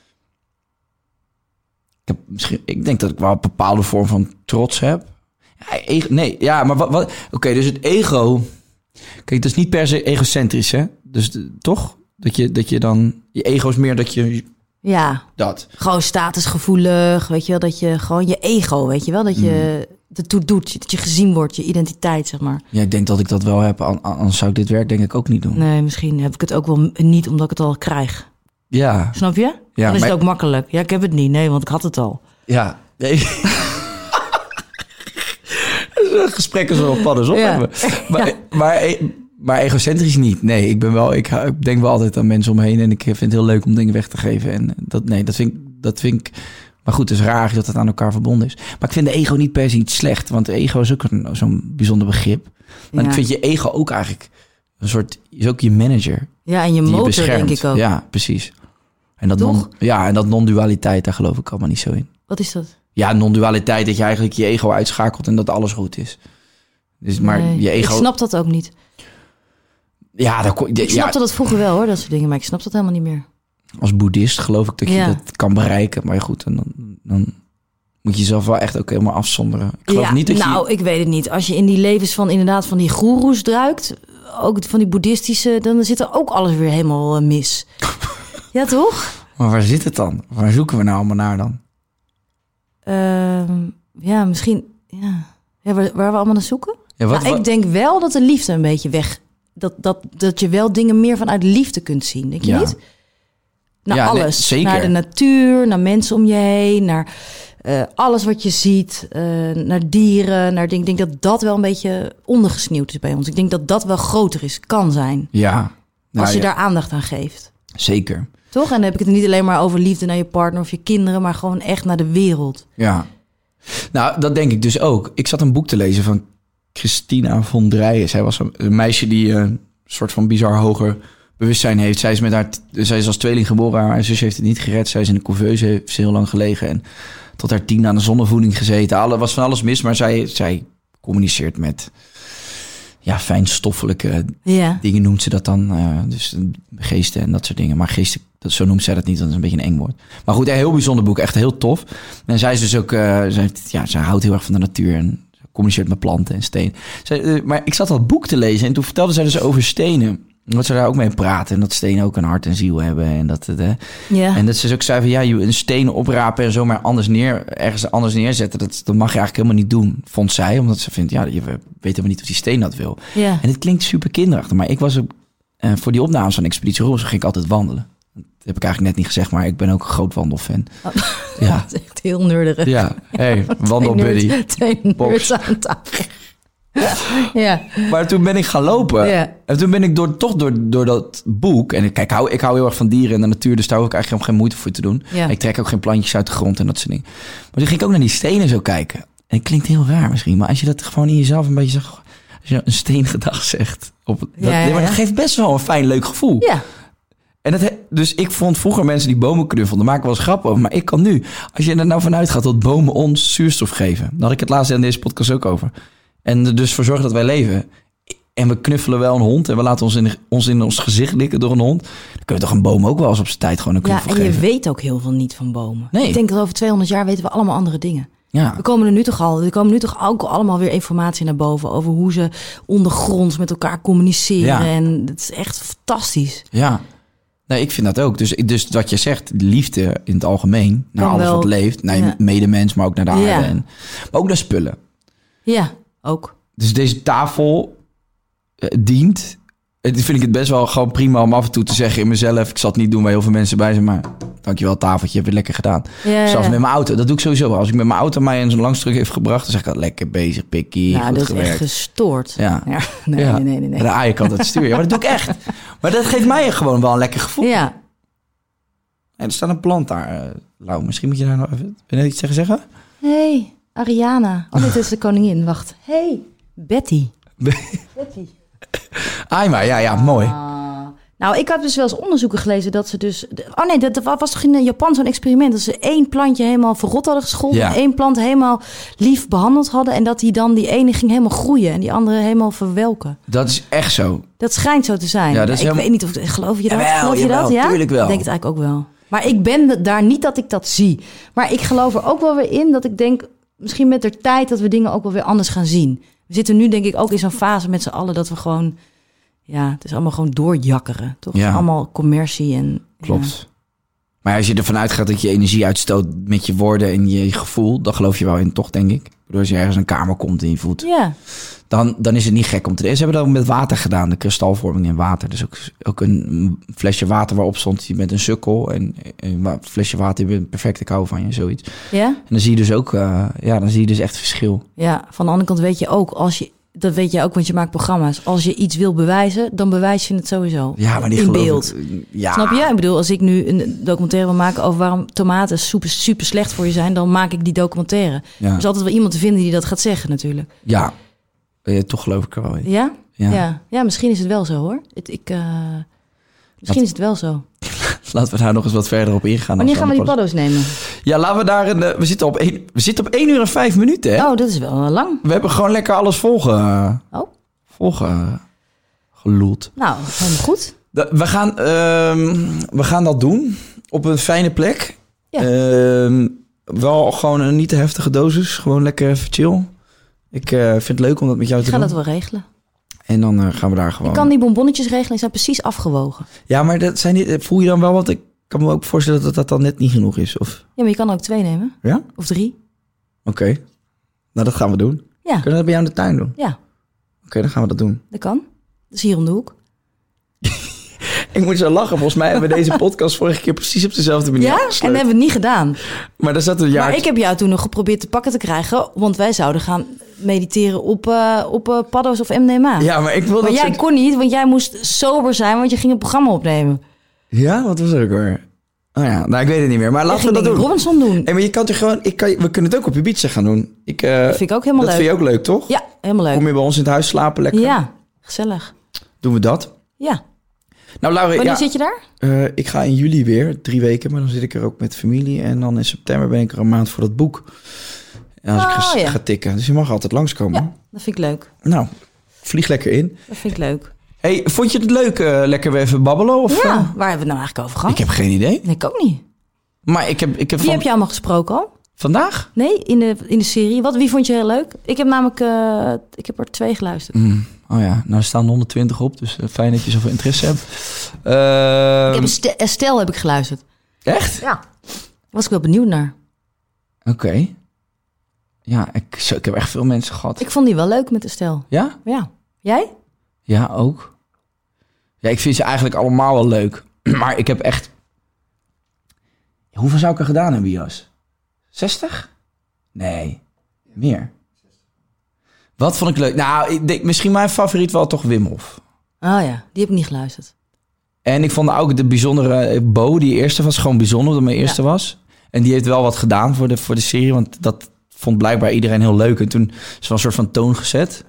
Ik denk dat ik wel een bepaalde vorm van trots heb. Ja, maar wat Oké, dus het ego... Kijk, dat is niet per se egocentrisch, hè? Dus toch? Dat je dan... Je ego is meer dat je... Ja. Dat. Gewoon statusgevoelig, weet je wel. Dat je gewoon je ego, weet je wel. Dat je ertoe doet. Dat je gezien wordt, je identiteit, zeg maar. Ja, ik denk dat ik dat wel heb. Anders zou ik dit werk denk ik ook niet doen. Nee, misschien heb ik het ook wel niet, omdat ik het al krijg. Ja. Snap je? Ja, dan is het ook makkelijk. Ja, ik heb het niet. Nee, want ik had het al. Ja. Nee. Gesprekken zo op padden op hebben. Maar egocentrisch niet. Nee, ik denk wel altijd aan mensen omheen. En ik vind het heel leuk om dingen weg te geven. En dat vind ik... Maar goed, het is raar dat het aan elkaar verbonden is. Maar ik vind de ego niet per se iets slecht. Want de ego is ook zo'n bijzonder begrip. Maar ik vind je ego ook eigenlijk een soort... Is ook je manager. Ja, en je motor denk ik ook. Ja, precies. En dat non-dualiteit, daar geloof ik allemaal niet zo in. Wat is dat? Ja, non-dualiteit, dat je eigenlijk je ego uitschakelt en dat alles goed is. Dus, maar je ego... Ik snap dat ook niet. Ja, ik snapte dat vroeger wel hoor, dat soort dingen. Maar ik snap dat helemaal niet meer. Als boeddhist geloof ik dat je dat kan bereiken. Maar goed, dan moet je jezelf wel echt ook helemaal afzonderen. Ik geloof niet dat ik weet het niet. Als je in die levens van die goeroes duikt, ook van die boeddhistische, dan zit er ook alles weer helemaal mis. Ja, toch? Maar waar zit het dan? Waar zoeken we nou allemaal naar dan? Ja, misschien... Ja, waar we allemaal naar zoeken? Ja, ik denk wel dat de liefde een beetje weg... Dat je wel dingen meer vanuit liefde kunt zien. Denk je niet? Naar alles. Nee, zeker. Naar de natuur, naar mensen om je heen, naar alles wat je ziet, naar dieren. Ik denk dat wel een beetje ondergesneeuwd is bij ons. Ik denk dat dat wel groter is, kan zijn. Ja. Als je daar aandacht aan geeft. Zeker. Toch? En dan heb ik het niet alleen maar over liefde naar je partner of je kinderen, maar gewoon echt naar de wereld. Ja. Nou, dat denk ik dus ook. Ik zat een boek te lezen van Christina von Drijen. Zij was een meisje die een soort van bizar hoger bewustzijn heeft. Zij is als tweeling geboren. Haar zus heeft het niet gered. Zij is in de couveuse, heeft ze heel lang gelegen. En tot haar 10 aan de zonnevoeding gezeten. Was van alles mis, maar zij communiceert met fijnstoffelijke dingen noemt ze dat dan. Dus geesten en dat soort dingen. Maar geesten, zo noemt zij dat niet, dat is een beetje een eng woord. Maar goed, een heel bijzonder boek, echt heel tof. En zij is dus ook, zij houdt heel erg van de natuur en communiceert met planten en steen. Maar ik zat dat boek te lezen en toen vertelde zij dus over stenen. Dat ze daar ook mee praten en dat stenen ook een hart en ziel hebben. En en dat ze dus ook zei van je een steen oprapen en zomaar ergens anders neerzetten. Dat mag je eigenlijk helemaal niet doen, vond zij. Omdat ze vindt, je weet helemaal niet of die steen dat wil. Ja. En het klinkt super kinderachtig. Maar ik was ook, voor die opnames van Expeditie Robinson ging ik altijd wandelen. Dat heb ik eigenlijk net niet gezegd, maar ik ben ook een groot wandelfan. Oh, ja. Dat is echt heel nerdig. Ja, hey, wandelbuddy. Twee nerds aan tafel. Ja. Maar toen ben ik gaan lopen. Ja. En toen ben ik door dat boek... En kijk, ik hou heel erg van dieren en de natuur... dus daar hoef ik eigenlijk helemaal geen moeite voor te doen. Ja. Ik trek ook geen plantjes uit de grond en dat soort dingen. Maar toen ging ik ook naar die stenen zo kijken. En het klinkt heel raar misschien... maar als je dat gewoon in jezelf een beetje zegt... als je een steengedag zegt... maar dat geeft best wel een fijn, leuk gevoel. Ja. En dus ik vond vroeger mensen die bomen knuffelden... daar maken wel eens grappen over. Maar ik kan nu... als je er nou vanuit gaat dat bomen ons zuurstof geven... daar had ik het laatst in deze podcast ook over... En er dus voor zorgen dat wij leven. En we knuffelen wel een hond. En we laten ons in ons gezicht likken door een hond. Dan kun je toch een boom ook wel eens op zijn tijd gewoon een knuffel geven. Ja, en je weet ook heel veel niet van bomen. Nee. Ik denk dat over 200 jaar weten we allemaal andere dingen. Ja. Er komen nu toch ook allemaal weer informatie naar boven... over hoe ze ondergronds met elkaar communiceren. Ja. En het is echt fantastisch. Ja. Nee, ik vind dat ook. Dus wat je zegt, liefde in het algemeen... naar alles wat leeft. Naar je medemens, maar ook naar de aarde. Maar ook naar spullen. Ja, ook. Dus deze tafel dient. Vind ik het best wel gewoon prima om af en toe te zeggen in mezelf. Ik zal het niet doen waar heel veel mensen bij zijn, maar dankjewel tafeltje, heb je lekker gedaan. Ja, zelfs met mijn auto, dat doe ik sowieso. Als ik met mijn auto mij in zo'n langstuk heeft gebracht, dan zeg ik dat lekker bezig, pikkie, goed dat gewerkt. Is echt gestoord. Ja. Nee. De aaienkant het stuur. Ja, maar dat doe ik echt. Maar dat geeft mij gewoon wel een lekker gevoel. Ja. En er staat een plant daar, Lau. Misschien moet je daar nog even... Wil je iets zeggen? Hey. Ariana. Oh, dit is de koningin. Wacht. Hey, Betty. Betty. Aima, ja, mooi. Nou, ik heb dus wel eens onderzoeken gelezen dat ze dus... dat was toch in Japan zo'n experiment... dat ze 1 plantje helemaal verrot hadden gescholden... en 1 plant helemaal lief behandeld hadden... en dat die ene ging helemaal groeien... en die andere helemaal verwelken. Dat is echt zo. Dat schijnt zo te zijn. Ja, dat is ik weet niet of... Geloof je dat? Geloof je dat? Ja, tuurlijk wel. Ik denk het eigenlijk ook wel. Maar ik ben daar niet dat ik dat zie. Maar ik geloof er ook wel weer in dat ik denk... misschien met de tijd dat we dingen ook wel weer anders gaan zien. We zitten nu denk ik ook in zo'n fase met z'n allen... dat we gewoon... Ja, het is allemaal gewoon doorjakkeren, toch? Ja. Allemaal commercie en... Klopt. Ja. Maar als je ervan uitgaat dat je energie uitstoot met je woorden en je gevoel... dan geloof je wel in, toch, denk ik. Als je ergens een kamer komt en je voelt... Ja. Dan is het niet gek om te... Ze hebben dat ook met water gedaan, de kristalvorming in water. Dus ook een flesje water waarop stond je met een sukkel... en een flesje water met een perfecte kou van je, zoiets. Ja? En dan zie je dus ook... dan zie je dus echt verschil. Ja, van de andere kant weet je ook... Dat weet je ook, want je maakt programma's. Als je iets wil bewijzen, dan bewijs je het sowieso. Ja, maar die in beeld. Ja. Snap je? Ik bedoel, als ik nu een documentaire wil maken... over waarom tomaten super slecht voor je zijn... dan maak ik die documentaire. Ja. Er is altijd wel iemand te vinden die dat gaat zeggen natuurlijk. Ja, toch geloof ik er wel in. Ja? Ja. Ja, misschien is het wel zo hoor. Misschien is het wel zo. Laten we daar nog eens wat verder op ingaan. Wanneer gaan we die paddo's nemen? Ja, laten we daar... We zitten op 1 uur en 5 minuten, hè? Oh, dat is wel lang. We hebben gewoon lekker alles geloeld. Nou, helemaal goed. We gaan dat doen op een fijne plek. Ja. Wel gewoon een niet te heftige dosis. Gewoon lekker even chill. Ik vind het leuk om dat met jou te doen. Ik ga dat wel regelen. En dan gaan we daar gewoon... Ik kan die bonbonnetjes regelen, die zijn precies afgewogen. Ja, maar dat zijn niet, voel je dan wel wat... Ik kan me ook voorstellen dat dat dan net niet genoeg is. Of... Ja, maar je kan ook 2 nemen. Ja? Of 3. Oké. Nou, dat gaan we doen. Ja. Kunnen we dat bij jou in de tuin doen? Ja. Oké, dan gaan we dat doen. Dat kan. Dat is hier om de hoek. Ik moet zo lachen. Volgens mij hebben we deze podcast vorige keer precies op dezelfde manier afgesloten. En dat hebben we het niet gedaan. Maar daar zat een jaar... Maar ik heb jou toen nog geprobeerd te pakken te krijgen... want wij zouden gaan mediteren op paddo's of MDMA. Ja, maar ik wilde... Maar jij kon niet, want jij moest sober zijn... want je ging een programma opnemen. Ja, wat was er ook weer? Oh ja, nou ik weet het niet meer. Maar laten we dat doen. Robinson doen. Hey, maar je kan toch gewoon... we kunnen het ook op je beach gaan doen. Dat vind ik ook helemaal leuk. Dat vind je ook leuk, toch? Ja, helemaal leuk. Kom je bij ons in het huis slapen lekker? Ja, gezellig. Doen we dat? Ja. Nou, Laura, wanneer zit je daar? Ik ga in juli weer, 3 weken, maar dan zit ik er ook met familie. En dan in september ben ik er een maand voor dat boek. En als ik ga tikken. Dus je mag altijd langskomen. Ja, dat vind ik leuk. Nou, vlieg lekker in. Dat vind ik leuk. Hey, vond je het leuk, lekker weer even babbelen? Of, ja, waar hebben we het nou eigenlijk over gehad? Ik heb geen idee. Nee, ik ook niet. Maar ik heb Wie heb je allemaal gesproken al? Vandaag? Nee, in de serie. Wie vond je heel leuk? Ik heb namelijk ik heb er 2 geluisterd. Oh ja, nou staan 120 op, dus fijn dat je zoveel interesse hebt. Ik heb Estelle heb ik geluisterd. Echt? Ja. Was ik wel benieuwd naar. Oké. Ja, ik heb echt veel mensen gehad. Ik vond die wel leuk met Estelle. Ja? Ja. Jij? Ja, ook. Ja, ik vind ze eigenlijk allemaal wel leuk. Maar ik heb echt... Hoeveel zou ik er gedaan hebben, Jas? 60? Nee, meer. Wat vond ik leuk? Nou, ik denk misschien mijn favoriet wel toch Wim Hof. Oh ja, die heb ik niet geluisterd. En ik vond ook de bijzondere Bo, die eerste was gewoon bijzonder dat mijn eerste was. En die heeft wel wat gedaan voor de serie, want dat vond blijkbaar iedereen heel leuk. En toen is wel een soort van toon gezet.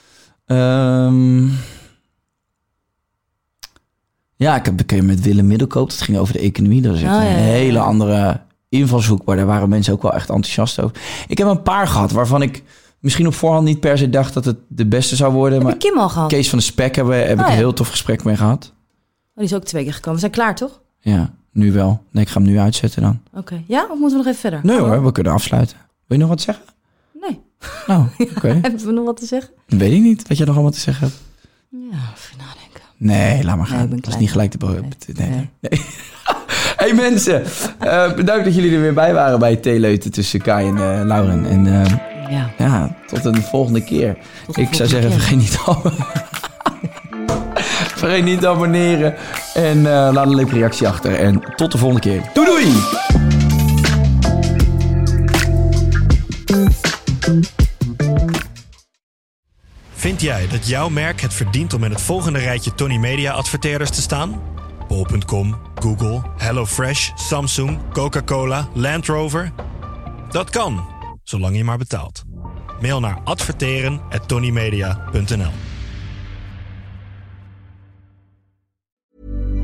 Ja, ik heb een keer met Willem Middelkoop, dat ging over de economie. Dat was echt een hele andere invalshoek, maar daar waren mensen ook wel echt enthousiast over. Ik heb een paar gehad waarvan ik misschien op voorhand niet per se dacht dat het de beste zou worden. Heb maar je Kim al gehad? Kees van de Spek heb ik een heel tof gesprek mee gehad. Oh, die is ook 2 keer gekomen. We zijn klaar, toch? Ja, nu wel. Nee, ik ga hem nu uitzetten dan. Oké. Ja, of moeten we nog even verder? Nee hoor, we kunnen afsluiten. Wil je nog wat zeggen? Nee. Nou, oké. Hebben we nog wat te zeggen? Weet ik niet wat jij nog allemaal te zeggen hebt. Ja, even nadenken. Nee, laat maar gaan. Nee, dat is niet gelijk te Nee. Hey mensen, bedankt dat jullie er weer bij waren bij Theeleuten tussen Kai en Lauren. En ja, tot een volgende keer. Ik zou zeggen, vergeet niet te abonneren. En laat een leuke reactie achter. En tot de volgende keer. Doei doei! Vind jij dat jouw merk het verdient om in het volgende rijtje Tony Media adverteerders te staan? Bol.com, Google, HelloFresh, Samsung, Coca-Cola, Land Rover? Dat kan, zolang je maar betaalt. Mail naar adverteren@tonymedia.nl.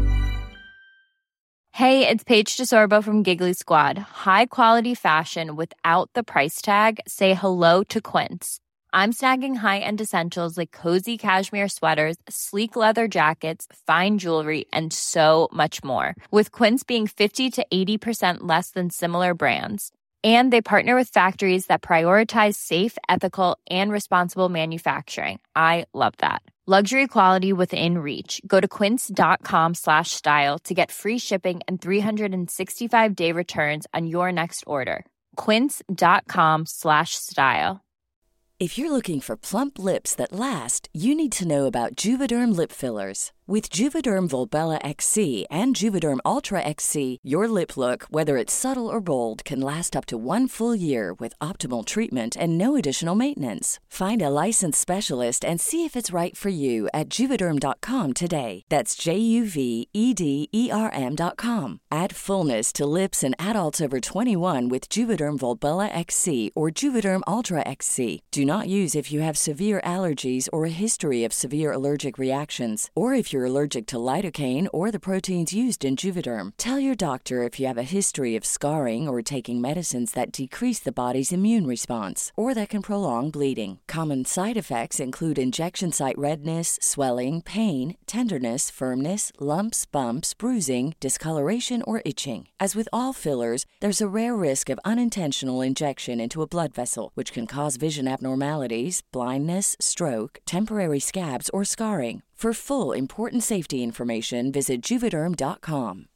Hey, it's Paige DeSorbo from Giggly Squad. High quality fashion without the price tag. Say hello to Quince. I'm snagging high-end essentials like cozy cashmere sweaters, sleek leather jackets, fine jewelry, and so much more. With Quince being 50 to 80% less than similar brands. And they partner with factories that prioritize safe, ethical, and responsible manufacturing. I love that. Luxury quality within reach. Go to quince.com/style to get free shipping and 365-day returns on your next order. Quince.com/style. If you're looking for plump lips that last, you need to know about Juvederm lip fillers. With Juvederm Volbella XC and Juvederm Ultra XC, your lip look, whether it's subtle or bold, can last up to 1 full year with optimal treatment and no additional maintenance. Find a licensed specialist and see if it's right for you at Juvederm.com today. That's JUVEDERM.com. Add fullness to lips in adults over 21 with Juvederm Volbella XC or Juvederm Ultra XC. Do not use if you have severe allergies or a history of severe allergic reactions, or if you're allergic to lidocaine or the proteins used in Juvederm. Tell your doctor if you have a history of scarring or taking medicines that decrease the body's immune response or that can prolong bleeding. Common side effects include injection site redness, swelling, pain, tenderness, firmness, lumps, bumps, bruising, discoloration, or itching. As with all fillers, there's a rare risk of unintentional injection into a blood vessel, which can cause vision abnormalities, blindness, stroke, temporary scabs, or scarring. For full, important safety information, visit Juvederm.com.